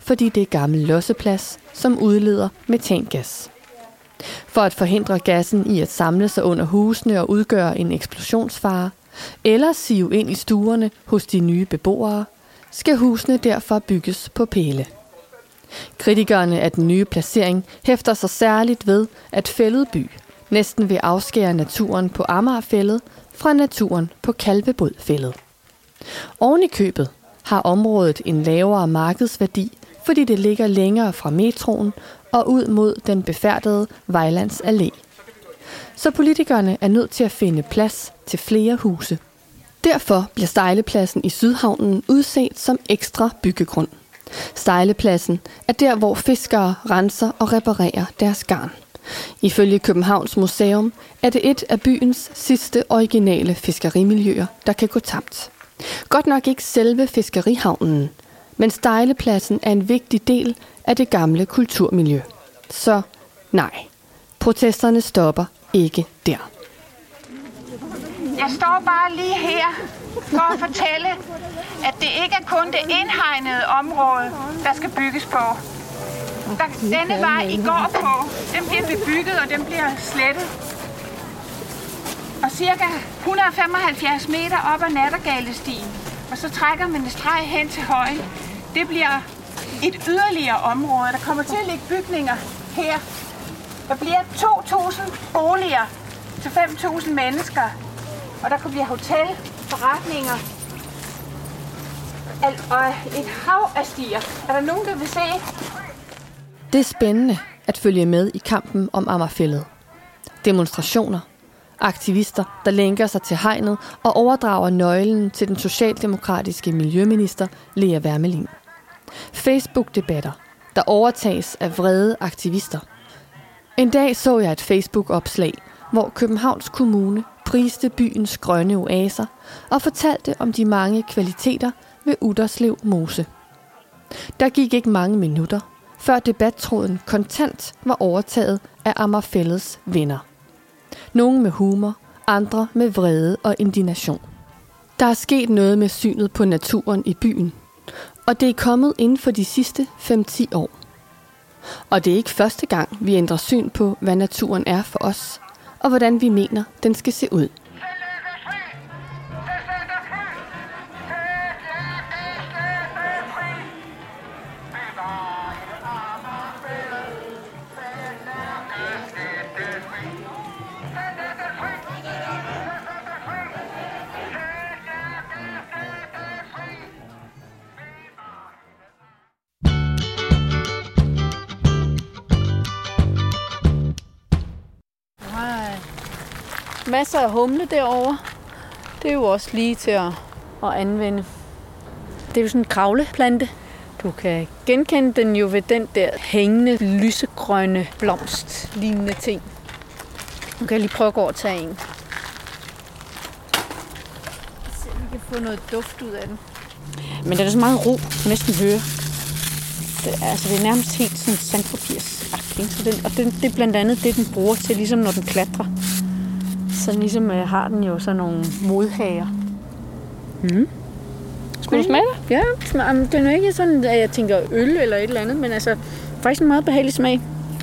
fordi det er gammel losseplads, som udleder metangas. For at forhindre gassen i at samle sig under husene og udgøre en eksplosionsfare, eller sive ind i stuerne hos de nye beboere, skal husene derfor bygges på pæle. Kritikerne af den nye placering hæfter sig særligt ved, at Fælled by næsten vil afskære naturen på Amagerfælled fra naturen på Kalvebodfælled. Oven i købet har området en lavere markedsværdi, fordi det ligger længere fra metroen og ud mod den befærdede Vejlands Allé. Så politikerne er nødt til at finde plads til flere huse. Derfor bliver Stejlepladsen i Sydhavnen udset som ekstra byggegrund. Stejlepladsen er der, hvor fiskere renser og reparerer deres garn. Ifølge Københavns Museum er det et af byens sidste originale fiskerimiljøer, der kan gå tabt. Godt nok ikke selve fiskerihavnen, men Stejlepladsen er en vigtig del af det gamle kulturmiljø. Så nej, protesterne stopper ikke der. Jeg står bare lige her for at fortælle, at det ikke er kun det indhegnede område, der skal bygges på. Der, denne vej I går på, den bliver bebygget, og den bliver slettet. Og cirka et hundrede og femoghalvfjerds meter op ad Nattergalestien, og så trækker man en streg hen til højen. Det bliver et yderligere område. Der kommer til at ligge bygninger her. Der bliver to tusind boliger til fem tusind mennesker. Og der bliver hotel, forretninger og et hav af stier. Er der nogen, der vil se? Det er spændende at følge med i kampen om Amagerfælled. Demonstrationer, aktivister, der lænker sig til hegnet og overdrager nøglen til den socialdemokratiske miljøminister Lea Wermelin. Facebook-debatter, der overtages af vrede aktivister. En dag så jeg et Facebook-opslag, hvor Københavns Kommune priste byens grønne oaser og fortalte om de mange kvaliteter ved Utterslev Mose. Der gik ikke mange minutter, før debattråden kontant var overtaget af Amagerfælleds venner. Nogle med humor, andre med vrede og indignation. Der er sket noget med synet på naturen i byen, og det er kommet inden for de sidste fem til ti år. Og det er ikke første gang, vi ændrer syn på, hvad naturen er for os, og hvordan vi mener, den skal se ud. Masser af humle derovre. Det er jo også lige til at, at anvende. Det er jo sådan en kravleplante. Du kan genkende den jo ved den der hængende, lysegrønne blomst-lignende ting. Nu kan jeg lige prøve at gå og tage en. Så vi kan få noget duft ud af den. Men der er så meget ro, du kan næsten høre. Det er, altså, det er nærmest helt sådan sandpapirsagtigt. Og den, det er blandt andet det, den bruger til, ligesom når den klatrer. Så ligesom øh, har den jo sådan nogle modhager. Mm. Skulle du smage det? Ja, den er ikke sådan, at jeg tænker øl eller et eller andet, men altså faktisk en meget behagelig smag.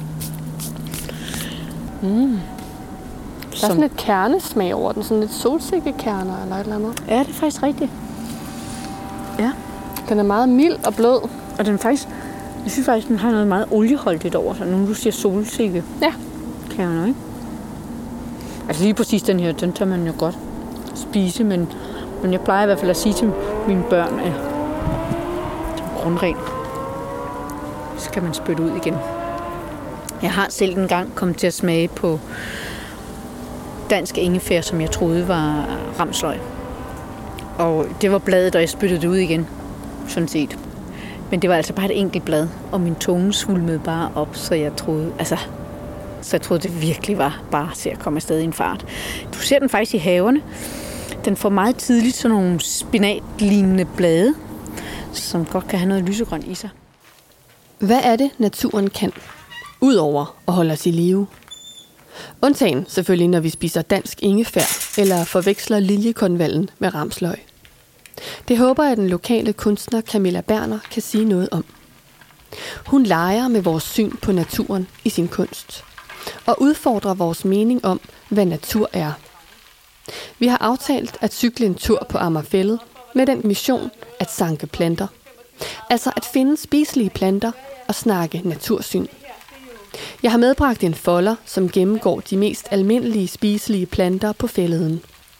Mm. Der er Som... sådan lidt kernesmag over den, sådan lidt solsikkekerner eller et eller andet. Ja, det er faktisk rigtigt. Ja. Den er meget mild og blød. Og den er faktisk, jeg synes faktisk, den har noget meget olieholdigt over sig, nu du siger solsikke. Ja. Kerner, ikke? Altså lige præcis den her, den tager man jo godt spise, men, men jeg plejer i hvert fald at sige til mine børn, at som grundregel, så kan man spytte ud igen. Jeg har selv engang kommet til at smage på dansk ingefær, som jeg troede var ramsløg. Og det var bladet, og jeg spyttede det ud igen, sådan set. Men det var altså bare et enkelt blad, og min tunge svulmede bare op, så jeg troede, altså... Så jeg troede, det virkelig var bare til at komme afsted i en fart. Du ser den faktisk i haverne. Den får meget tidligt sådan nogle spinatlignende blade, som godt kan have noget lysegrønt i sig. Hvad er det, naturen kan? Udover at holde os i live. Undtagen selvfølgelig, når vi spiser dansk ingefær eller forveksler liljekonvallen med ramsløg. Det håber jeg, at den lokale kunstner Camilla Berner kan sige noget om. Hun leger med vores syn på naturen i sin kunst og udfordrer vores mening om, hvad natur er. Vi har aftalt at cykle en tur på Amagerfælled med den mission at sanke planter. Altså at finde spiselige planter og snakke natursyn. Jeg har medbragt en folder, som gennemgår de mest almindelige spiselige planter på fælleden.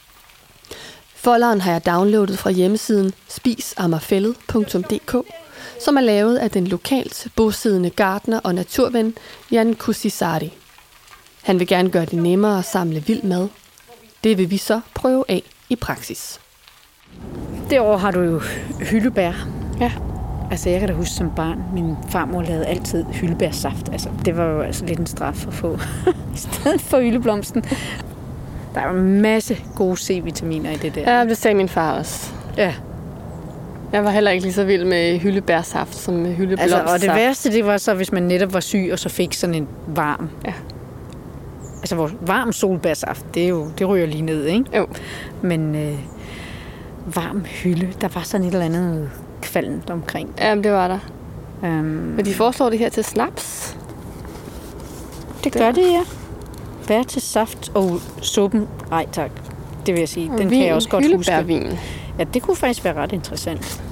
Folderen har jeg downloadet fra hjemmesiden spis amagerfælled punktum d k, som er lavet af den lokalt bosiddende gartner og naturven Jan Kusisari. Han vil gerne gøre det nemmere at samle vild mad. Det vil vi så prøve af i praksis. Derovre har du jo hyldebær. Ja. Altså, jeg kan da huske som barn, min farmor lavede altid hyldebærsaft. Altså, det var jo altså lidt en straf at få i stedet for hyldeblomsten. Der er jo en masse gode C-vitaminer i det der. Ja, det sagde min far også. Ja. Jeg var heller ikke lige så vild med hyldebærsaft som med hyldeblomstsaft. Altså, og det værste, det var så, hvis man netop var syg, og så fik sådan en varm. Ja. Altså, hvor varm solbærsaft, det, er jo, det ryger lige ned, ikke? Jo. Men øh, varm hylde, der var sådan et eller andet kvalmt omkring. Jamen, det var der. Um, Men de foreslår det her til snaps. Det gør det, ja. Bær til saft og suppen. Nej, tak. Det vil jeg sige. Den vin, kan jeg også godt huske. Hyldebærvin. Ja, det kunne faktisk være ret interessant.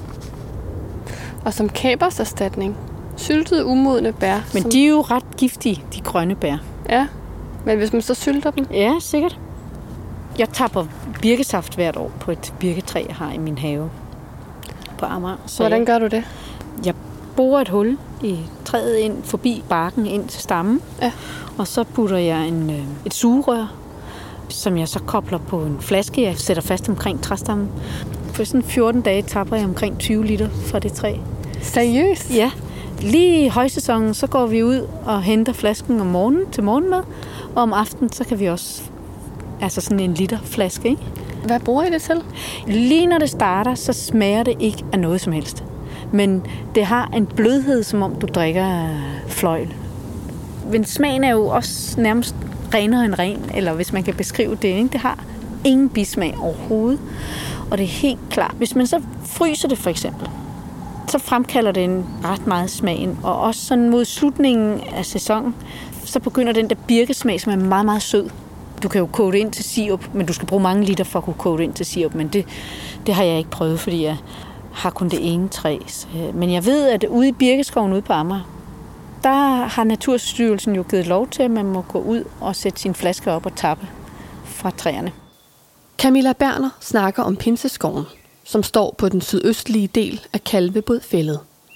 Og som kaberserstatning. Syltede, umodne bær. Men som... de er jo ret giftige, de grønne bær. Ja, men hvis man så sylter dem? Ja, sikkert. Jeg tapper birkesaft hvert år på et birketræ, jeg har i min have på Amager. Så hvordan gør du det? Jeg borer et hul i træet ind, forbi barken, ind til stammen. Ja. Og så putter jeg en, et sugerør, som jeg så kobler på en flaske, jeg sætter fast omkring træstammen. For sådan fjorten dage tapper jeg omkring tyve liter fra det træ. Seriøst? Ja. Lige i højsæsonen, så går vi ud og henter flasken om morgenen til morgenmad. Og om aftenen, så kan vi også, altså sådan en liter flaske, ikke? Hvad bruger I det til? Lige når det starter, så smager det ikke af noget som helst. Men det har en blødhed, som om du drikker fløjl. Men smagen er jo også nærmest renere end ren, eller hvis man kan beskrive det, ikke? Det har ingen bismag overhovedet. Og det er helt klart. Hvis man så fryser det for eksempel, så fremkalder det en ret meget smagen. Og også sådan mod slutningen af sæsonen, så begynder den der birkesmag, som er meget, meget sød. Du kan jo koge det ind til sirup, men du skal bruge mange liter for at kunne koge det ind til sirup. Men det, det har jeg ikke prøvet, fordi jeg har kun det ene træ. Men jeg ved, at ude i birkeskoven ude på Amager, der har Naturstyrelsen jo givet lov til, at man må gå ud og sætte sine flasker op og tappe fra træerne. Camilla Berner snakker om Pinseskoven, som står på den sydøstlige del af Kalvebodfællet.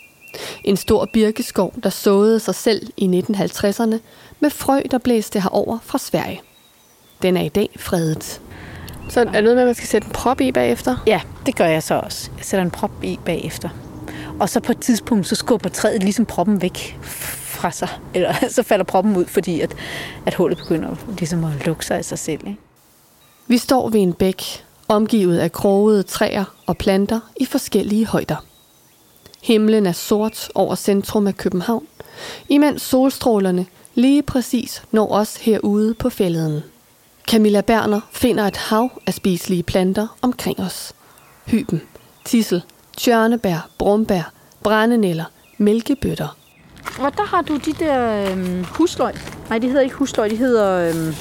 En stor birkeskov, der såede sig selv i nitten halvtredserne med frø, der blæste herover fra Sverige. Den er i dag fredet. Så er det noget med, at man skal sætte en prop i bagefter? Ja, det gør jeg så også. Jeg sætter en prop i bagefter. Og så på et tidspunkt, så skubber træet ligesom proppen væk fra sig. Eller så falder proppen ud, fordi at, at hullet begynder ligesom at lukke sig af sig selv. Ikke? Vi står ved en bæk, omgivet af krogede træer og planter i forskellige højder. Himlen er sort over centrum af København, imens solstrålerne lige præcis når os herude på fælleden. Camilla Berner finder et hav af spiselige planter omkring os. Hyben, tissel, tjørnebær, brumbær, brændenælder, mælkebøtter. Og der har du de der øhm, husløg. Nej, de hedder ikke husløg, de hedder... Øhm,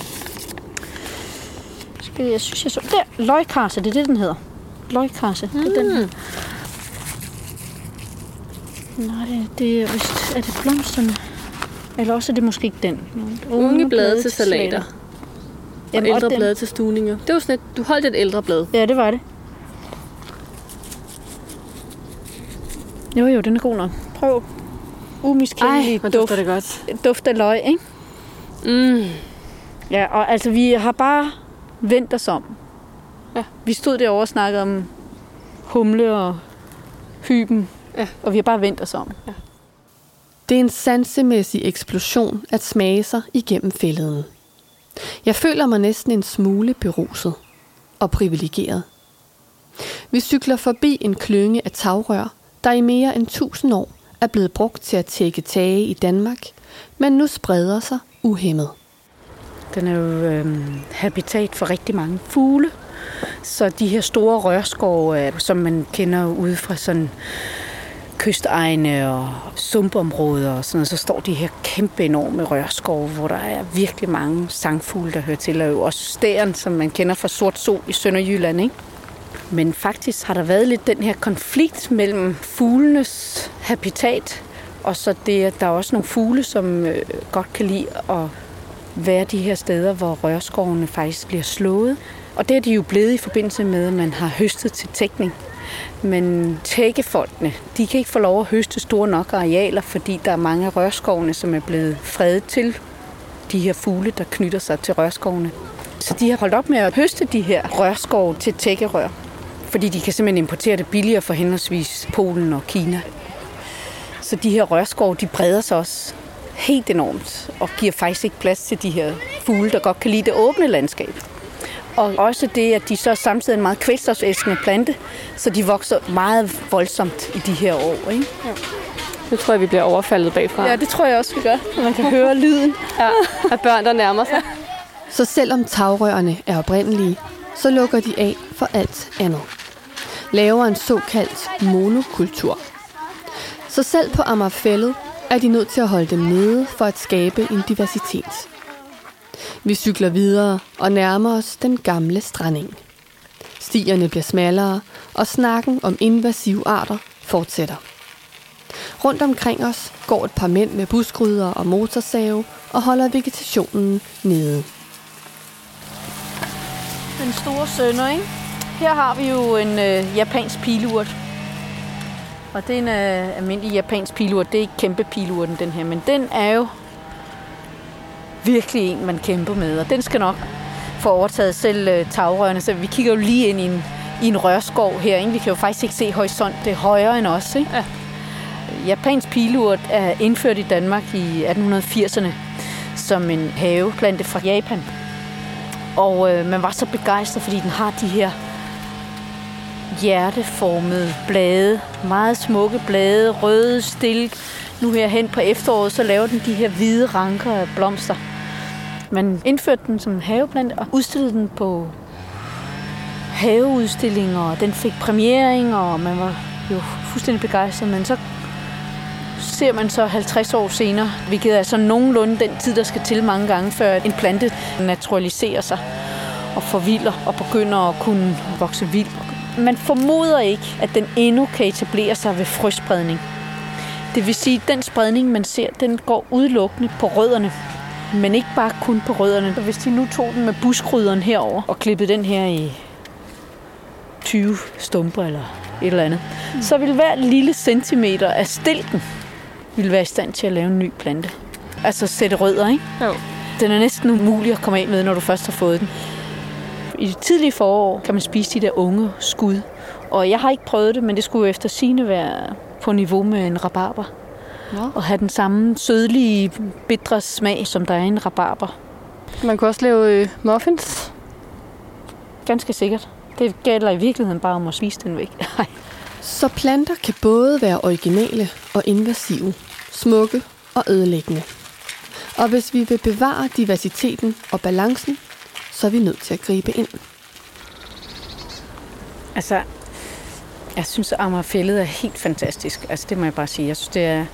jeg synes, jeg så... Der, løgkarse, det er det, den hedder. Løgkarse, mm. det er den her. Nej, det, det er vist... Er det blomsterne? Eller også er det måske ikke den. Unge blade til salater. Og Jamen, ældre og blade til stuninger. Det var sådan et, du holdt et ældre blad. Ja, det var det. Jo, jo, den er god nok. Prøv. Umiskendelig duft. det godt. Duft af løg, ikke? Mm. Ja, og altså, vi har bare vendt os om. Ja. Vi stod derovre og snakkede om humle og hyben. Ja. Og vi har bare vendt os om. Ja. Det er en sansemæssig eksplosion at smage sig igennem fælleden. Jeg føler mig næsten en smule beruset og privilegeret. Vi cykler forbi en klynge af tagrør, der i mere end tusind år er blevet brugt til at tække tage i Danmark, men nu spreder sig uhæmmet. Den er jo øh, habitat for rigtig mange fugle. Så de her store rørskove, som man kender ude fra sådan kystegne og sumpområder og sådan noget, så står de her kæmpe enorme rørskove, hvor der er virkelig mange sangfugle, der hører til, og jo også stæren, som man kender fra Sort Sol i Sønderjylland, ikke? Men faktisk har der været lidt den her konflikt mellem fuglenes habitat, og så det, at der er også nogle fugle, som øh, godt kan lide at være de her steder, hvor rørskovene faktisk bliver slået. Og det er de jo blevet i forbindelse med, at man har høstet til tækning. Men tækkefolkene, de kan ikke få lov at høste store nok arealer, fordi der er mange af rørskovene, som er blevet fredet til de her fugle, der knytter sig til rørskovene. Så de har holdt op med at høste de her rørskove til tækkerør, fordi de kan simpelthen importere det billigere for henholdsvis Polen og Kina. Så de her rørskove, de breder sig også helt enormt og giver faktisk ikke plads til de her fugle, der godt kan lide det åbne landskab. Og også det, at de så samtidig er en meget kvælstofselskende plante, så de vokser meget voldsomt i de her år, ikke? Ja. Nu tror jeg, vi bliver overfaldet bagfra. Ja, det tror jeg også, vi gør. Man kan høre lyden ja, af børn, der nærmer sig. Ja. Så selvom tagrørene er oprindelige, så lukker de af for alt andet. Laver en såkaldt monokultur. Så selv på Amagerfælled er de nødt til at holde dem nede for at skabe en diversitet. Vi cykler videre og nærmer os den gamle strandeng. Stierne bliver smallere, og snakken om invasive arter fortsætter. Rundt omkring os går et par mænd med buskrydder og motorsave og holder vegetationen nede. Den store sønder, ikke? Her har vi jo en øh, japansk pilurt. Og det er en øh, almindelig japansk pilurt. Det er ikke kæmpe pilurten, den her, men den er jo virkelig en, man kæmper med. Og den skal nok få overtaget selv øh, tagrørene. Så vi kigger jo lige ind i en, i en rørskov her, ikke? Vi kan jo faktisk ikke se horisont. Det er højere end os, ikke? Ja. Japansk pilurt er indført i Danmark i atten firserne som en haveplante fra Japan. Og øh, man var så begejstret, fordi den har de her hjerteformede blade, meget smukke blade, røde stilk. Nu her hen på efteråret, så laver den de her hvide ranker af blomster. Man indførte den som en haveplante og udstillede den på haveudstillinger, og den fik premiering, og man var jo fuldstændig begejstret. Men så ser man så halvtreds år senere, hvilket er så nogenlunde den tid, der skal til mange gange, før en plante naturaliserer sig og forvilder og begynder at kunne vokse vildt. Man formoder ikke, at den endnu kan etablere sig ved frøspredning. Det vil sige, at den spredning, man ser, den går udelukkende på rødderne, men ikke bare kun på rødderne. Hvis de nu tog den med buskrydderen herover og klippede den her i tyve stumper eller et eller andet, mm. så vil hver lille centimeter af stilken vil være i stand til at lave en ny plante. Altså sætte rødder, ikke? Jo. Den er næsten umulig at komme af med, når du først har fået den. I det tidlige forår kan man spise de der unge skud. Og jeg har ikke prøvet det, men det skulle jo efter sigende være på niveau med en rabarber. Ja. Og have den samme sødlige, bitre smag, som der er i en rabarber. Man kan også lave øh, muffins. Ganske sikkert. Det gælder i virkeligheden bare om at spise den væk. Så planter kan både være originale og invasive, smukke og ødelæggende. Og hvis vi vil bevare diversiteten og balancen, så er vi nødt til at gribe ind. Altså, jeg synes, at Amagerfælled er helt fantastisk. Altså, det må jeg bare sige. Jeg synes, det er...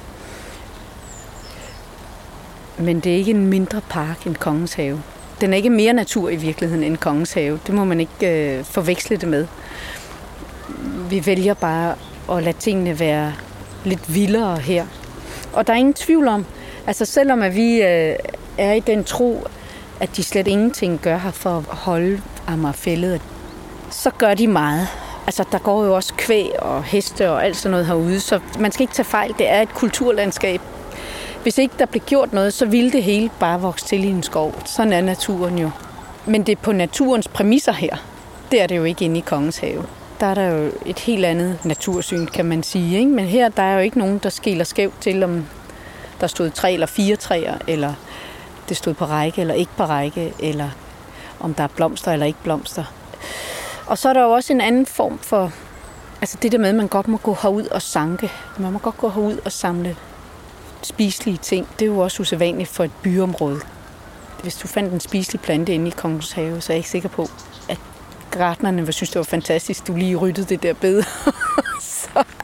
Men det er ikke en mindre park end Kongens Have. Den er ikke mere natur i virkeligheden end Kongens Have. Det må man ikke øh, forveksle det med. Vi vælger bare at lade tingene være lidt vildere her. Og der er ingen tvivl om, altså selvom at vi øh, er i den tro, at de slet ingenting gør her for at holde Amagerfælled, så gør de meget. Altså, der går jo også kvæg og heste og alt sådan noget herude, så man skal ikke tage fejl. Det er et kulturlandskab. Hvis ikke der blev gjort noget, så ville det hele bare vokse til i en skov. Sådan er naturen jo. Men det er på naturens præmisser her. Det er det jo ikke inde i Kongens Have. Der er der jo et helt andet natursyn, kan man sige, ikke? Men her der er jo ikke nogen, der skiller skævt til, om der stod tre eller fire træer, eller det stod på række eller ikke på række, eller om der er blomster eller ikke blomster. Og så er der jo også en anden form for, altså det der med, at man godt må gå herud og sanke. Man må godt gå herud og samle spiselige ting. Det er jo også usædvanligt for et byområde. Hvis du fandt en spiselig plante inde i Kongens Have, så er jeg ikke sikker på, at gartnerne vil synes, det var fantastisk, du lige ryddede det der bed. Så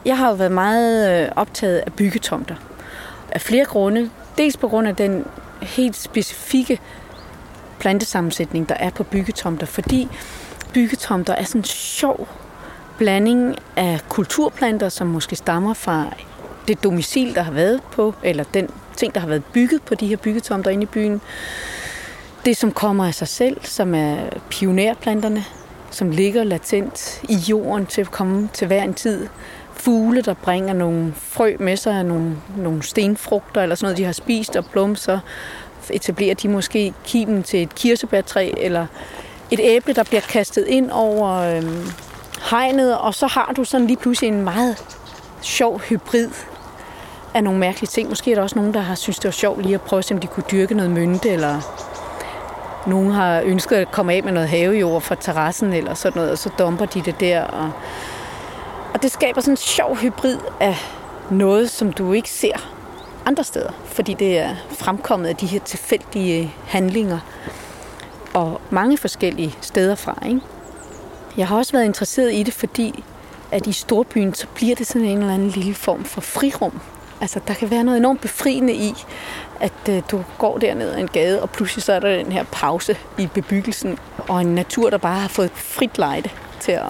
Jeg har jo været meget optaget af byggetomter. Af flere grunde. Dels på grund af den helt specifikke plantesammensætning, der er på byggetomter. Fordi byggetomter er sådan en sjov blanding af kulturplanter, som måske stammer fra det domicil, der har været på, eller den ting, der har været bygget på de her byggetomter inde i byen. Det, som kommer af sig selv, som er pionerplanterne, som ligger latent i jorden til at komme til hver en tid. Fugle, der bringer nogle frø med sig, nogle, nogle stenfrugter eller sådan noget, de har spist og plum, så etablerer de måske kimen til et kirsebærtræ eller et æble, der bliver kastet ind over øhm, hegnet, og så har du sådan lige pludselig en meget sjov hybrid af nogle mærkelige ting. Måske er der også nogen, der har synes det var sjovt lige at prøve, om de kunne dyrke noget mynte, eller nogen har ønsket at komme af med noget havejord fra terrassen, eller sådan noget, og så dumper de det der. Og, og det skaber sådan en sjov hybrid af noget, som du ikke ser andre steder, fordi det er fremkommet af de her tilfældige handlinger og mange forskellige steder fra, ikke? Jeg har også været interesseret i det, fordi at i storbyen, så bliver det sådan en eller anden lille form for frirum. Altså, der kan være noget enormt befriende i, at øh, du går derned ad en gade, og pludselig så er der den her pause i bebyggelsen, og en natur, der bare har fået frit lejde til at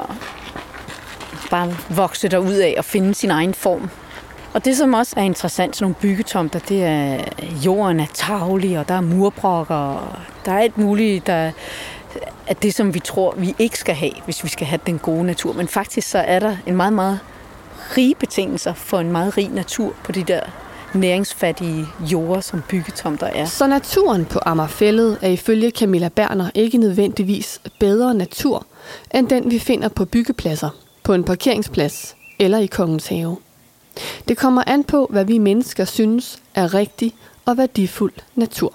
bare vokse derud af og finde sin egen form. Og det, som også er interessant, sådan nogle byggetomter, det er, jorden er tarvelig, og der er murbrokker, og der er alt muligt, der er det, som vi tror, vi ikke skal have, hvis vi skal have den gode natur. Men faktisk så er der en meget, meget rige betingelser for en meget rig natur på de der næringsfattige jorder, som byggetomter er. Så naturen på Amagerfælled er ifølge Camilla Berner ikke nødvendigvis bedre natur, end den vi finder på byggepladser, på en parkeringsplads eller i Kongens Have. Det kommer an på, hvad vi mennesker synes er rigtig og værdifuld natur.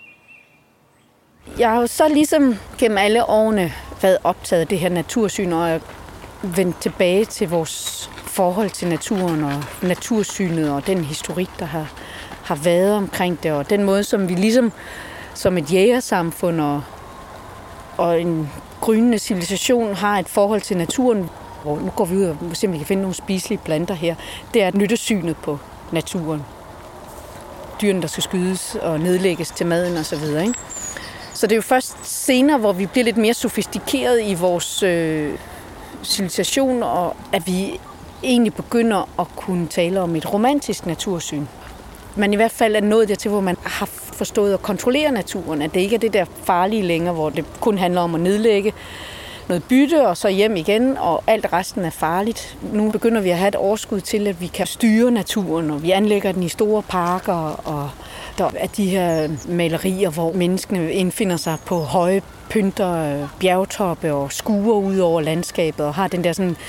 Jeg har jo så ligesom gennem alle årene været optaget af det her natursyn, og vendt tilbage til vores forhold til naturen og natursynet og den historik, der har, har været omkring det, og den måde, som vi ligesom som et jægersamfund og, og en grynende civilisation har et forhold til naturen. Og nu går vi ud og se, om vi kan finde nogle spiselige planter her. Det er nyttesynet på naturen. Dyrene, der skal skydes og nedlægges til maden osv. Så, så det er jo først senere, hvor vi bliver lidt mere sofistikeret i vores øh, civilisation, og at vi egentlig begynder at kunne tale om et romantisk natursyn. Men i hvert fald er nået dertil, hvor man har forstået at kontrollere naturen, at det ikke er det der farlige længere, hvor det kun handler om at nedlægge noget bytte og så hjem igen, og alt resten er farligt. Nu begynder vi at have et overskud til, at vi kan styre naturen, og vi anlægger den i store parker, og der er de her malerier, hvor menneskene indfinder sig på høje pynter, bjergtoppe og skuer ud over landskabet, og har den der sådan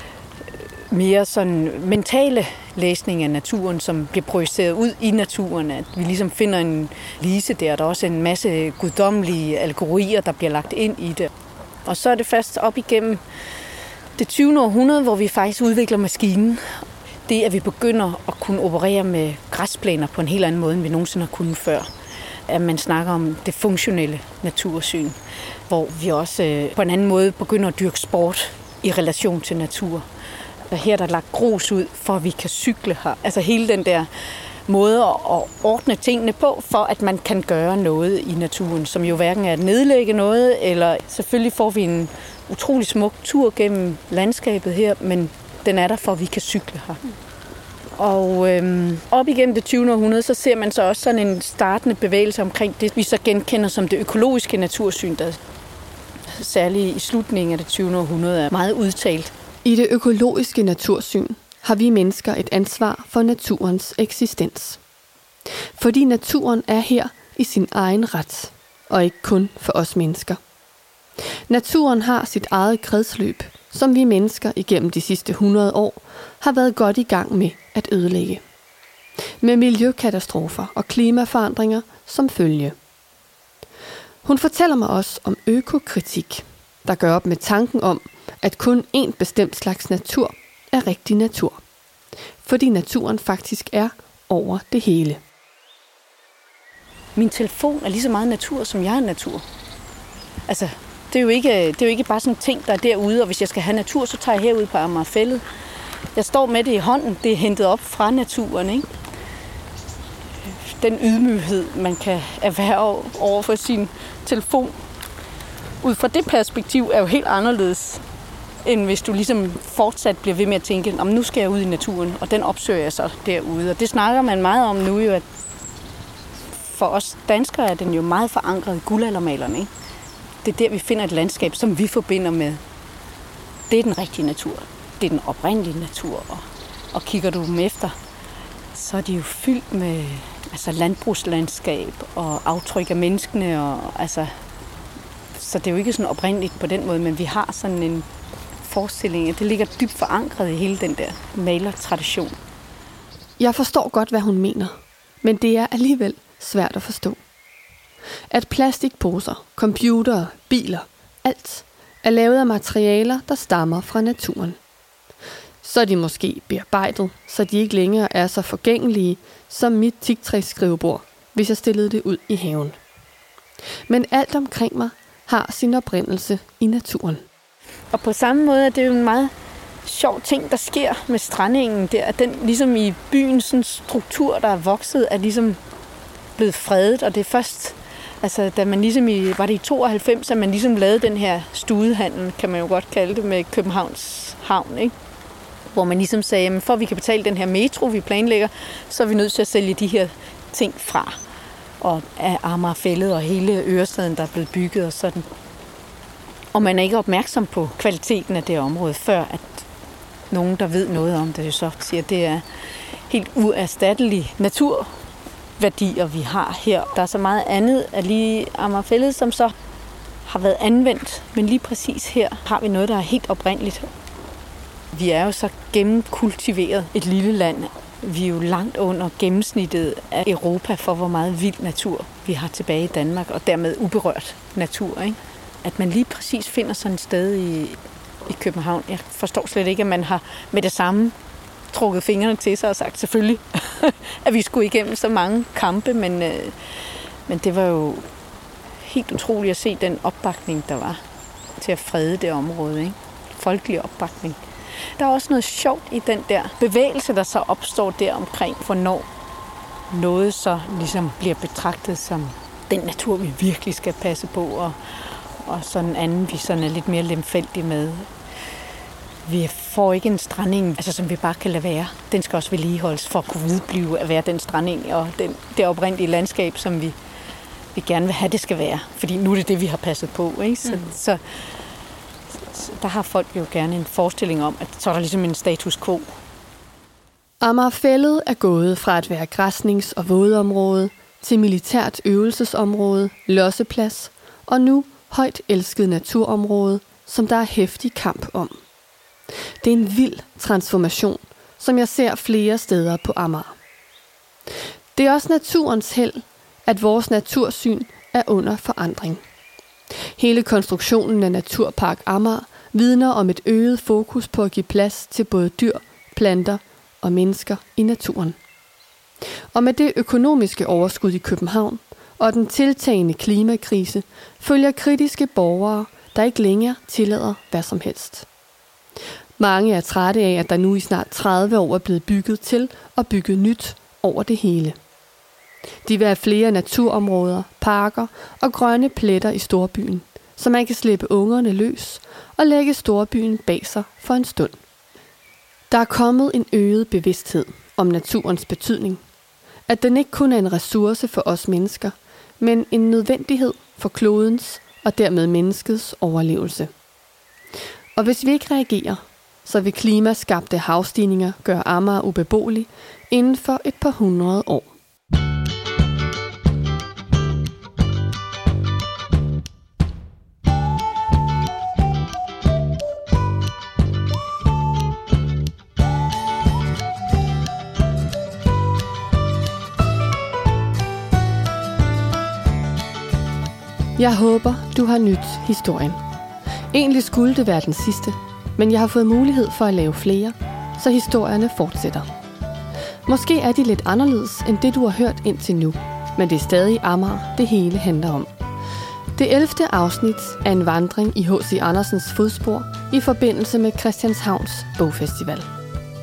mere sådan mentale læsning af naturen, som bliver projiceret ud i naturen, at vi ligesom finder en lise der, der er også en masse guddommelige allegorier, der bliver lagt ind i det. Og så er det først op igennem det tyvende århundrede, hvor vi faktisk udvikler maskinen. Det, at vi begynder at kunne operere med græsplæner på en helt anden måde, end vi nogensinde har kunnet før. At man snakker om det funktionelle natursyn, hvor vi også på en anden måde begynder at dyrke sport i relation til natur. Og her er der lagt grus ud, for at vi kan cykle her. Altså hele den der måde at ordne tingene på, for at man kan gøre noget i naturen, som jo hverken er at nedlægge noget, eller selvfølgelig får vi en utrolig smuk tur gennem landskabet her, men den er der, for at vi kan cykle her. Og øhm, op igennem det tyvende århundrede, så ser man så også sådan en startende bevægelse omkring det, vi så genkender som det økologiske natursyn, der særligt i slutningen af det tyvende århundrede er meget udtalt. I det økologiske natursyn har vi mennesker et ansvar for naturens eksistens. Fordi naturen er her i sin egen ret, og ikke kun for os mennesker. Naturen har sit eget kredsløb, som vi mennesker igennem de sidste hundrede år har været godt i gang med at ødelægge. Med miljøkatastrofer og klimaforandringer som følge. Hun fortæller mig også om økokritik, der gør op med tanken om, at kun én bestemt slags natur er rigtig natur. Fordi naturen faktisk er over det hele. Min telefon er lige så meget natur, som jeg er natur. Altså, det er jo ikke, det er jo ikke bare sådan en ting, der er derude, og hvis jeg skal have natur, så tager jeg herud på Amagerfælled. Jeg står med det i hånden. Det er hentet op fra naturen, ikke? Den ydmyghed, man kan erhverve over for sin telefon, ud fra det perspektiv, er jo helt anderledes, end hvis du ligesom fortsat bliver ved med at tænke, om nu skal jeg ud i naturen, og den opsøger jeg så derude. Og det snakker man meget om nu jo, at for os danskere er den jo meget forankret i guldaldermalerne, ikke? Det er der, vi finder et landskab, som vi forbinder med. Det er den rigtige natur. Det er den oprindelige natur. Og, og kigger du dem efter, så er de jo fyldt med altså landbrugslandskab og aftryk af menneskene. Og, altså, så det er jo ikke sådan oprindeligt på den måde, men vi har sådan en forestilling, at det ligger dybt forankret i hele den der malertradition. Jeg forstår godt, hvad hun mener, men det er alligevel svært at forstå. At plastikposer, computere, biler, alt er lavet af materialer, der stammer fra naturen. Så er de måske bearbejdet, så de ikke længere er så forgængelige som mit teaktræsskrivebord, hvis jeg stillede det ud i haven. Men alt omkring mig har sin oprindelse i naturen. Og på samme måde er det jo en meget sjov ting, der sker med strandingen der, at den ligesom i byens struktur, der er vokset, er ligesom blevet fredet, og det er først, altså da man ligesom i, var det i tooghalvfems, at man ligesom lavede den her studehandel, kan man jo godt kalde det, med Københavns Havn, ikke? Hvor man ligesom sagde, at for at vi kan betale den her metro, vi planlægger, så er vi nødt til at sælge de her ting fra. Og af Amagerfælled og hele Ørestaden, der er blevet bygget og sådan. Og man er ikke opmærksom på kvaliteten af det område, før at nogen, der ved noget om det, så siger, at det er helt uerstattelige naturværdier, vi har her. Der er så meget andet af lige Amagerfælled, som så har været anvendt, men lige præcis her har vi noget, der er helt oprindeligt. Vi er jo så gennemkultiveret et lille land. Vi er jo langt under gennemsnittet af Europa for, hvor meget vild natur vi har tilbage i Danmark, og dermed uberørt natur, ikke? At man lige præcis finder sådan et sted i, i København. Jeg forstår slet ikke, at man har med det samme trukket fingrene til sig og sagt selvfølgelig, at vi skulle igennem så mange kampe, men, øh, men det var jo helt utroligt at se den opbakning, der var til at frede det område, ikke? Folkelig opbakning. Der er også noget sjovt i den der bevægelse, der så opstår der omkring, hvornår noget så ligesom bliver betragtet som den natur, vi virkelig skal passe på, og, og sådan anden, vi sådan er lidt mere lemfældige med. Vi får ikke en stranding, altså, som vi bare kan lade være. Den skal også vedligeholdes for at kunne vedblive at være den stranding og den, det oprindelige landskab, som vi, vi gerne vil have, det skal være. Fordi nu er det det, vi har passet på, ikke? Så, mm. så der har folk jo gerne en forestilling om, at så er der ligesom en status quo. Amagerfælled er gået fra at være græsnings- og vådområde til militært øvelsesområde, losseplads og nu højt elsket naturområde, som der er heftig kamp om. Det er en vild transformation, som jeg ser flere steder på Amager. Det er også naturens held, at vores natursyn er under forandring. Hele konstruktionen af Naturpark Amager vidner om et øget fokus på at give plads til både dyr, planter og mennesker i naturen. Og med det økonomiske overskud i København og den tiltagende klimakrise følger kritiske borgere, der ikke længere tillader hvad som helst. Mange er trætte af, at der nu i snart tredive år er blevet bygget til og bygget nyt over det hele. De vil have flere naturområder, parker og grønne pletter i storbyen, så man kan slippe ungerne løs og lægge storbyen bag sig for en stund. Der er kommet en øget bevidsthed om naturens betydning. At den ikke kun er en ressource for os mennesker, men en nødvendighed for klodens og dermed menneskets overlevelse. Og hvis vi ikke reagerer, så vil klimaskabte havstigninger gøre Amager ubeboelig inden for et par hundrede år. Jeg håber, du har nydt historien. Egentlig skulle det være den sidste, men jeg har fået mulighed for at lave flere, så historierne fortsætter. Måske er de lidt anderledes end det, du har hørt indtil nu, men det er stadig Amager, det hele handler om. Det ellevte afsnit er en vandring i H C Andersens fodspor i forbindelse med Christianshavns Bogfestival.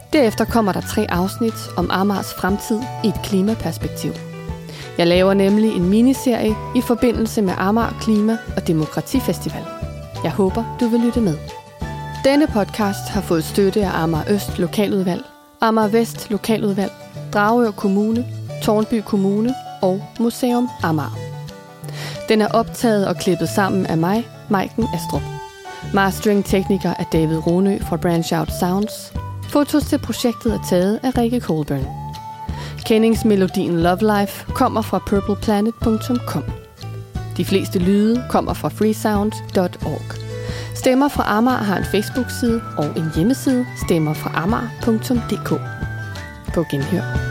Derefter kommer der tre afsnit om Amagers fremtid i et klimaperspektiv. Jeg laver nemlig en miniserie i forbindelse med Amager Klima- og Demokratifestival. Jeg håber, du vil lytte med. Denne podcast har fået støtte af Amager Øst Lokaludvalg, Amager Vest Lokaludvalg, Dragør Kommune, Tårnby Kommune og Museum Amager. Den er optaget og klippet sammen af mig, Maiken Astrup. Mastering-tekniker er David Ronø fra Branch Out Sounds. Fotos til projektet er taget af Rikke Colburn. Kendingsmelodien Love Life kommer fra purple planet punktum com. De fleste lyde kommer fra freesound punktum org. Stemmer fra Amager har en Facebook-side og en hjemmeside, stemmer fra amager punktum d k. På genhør.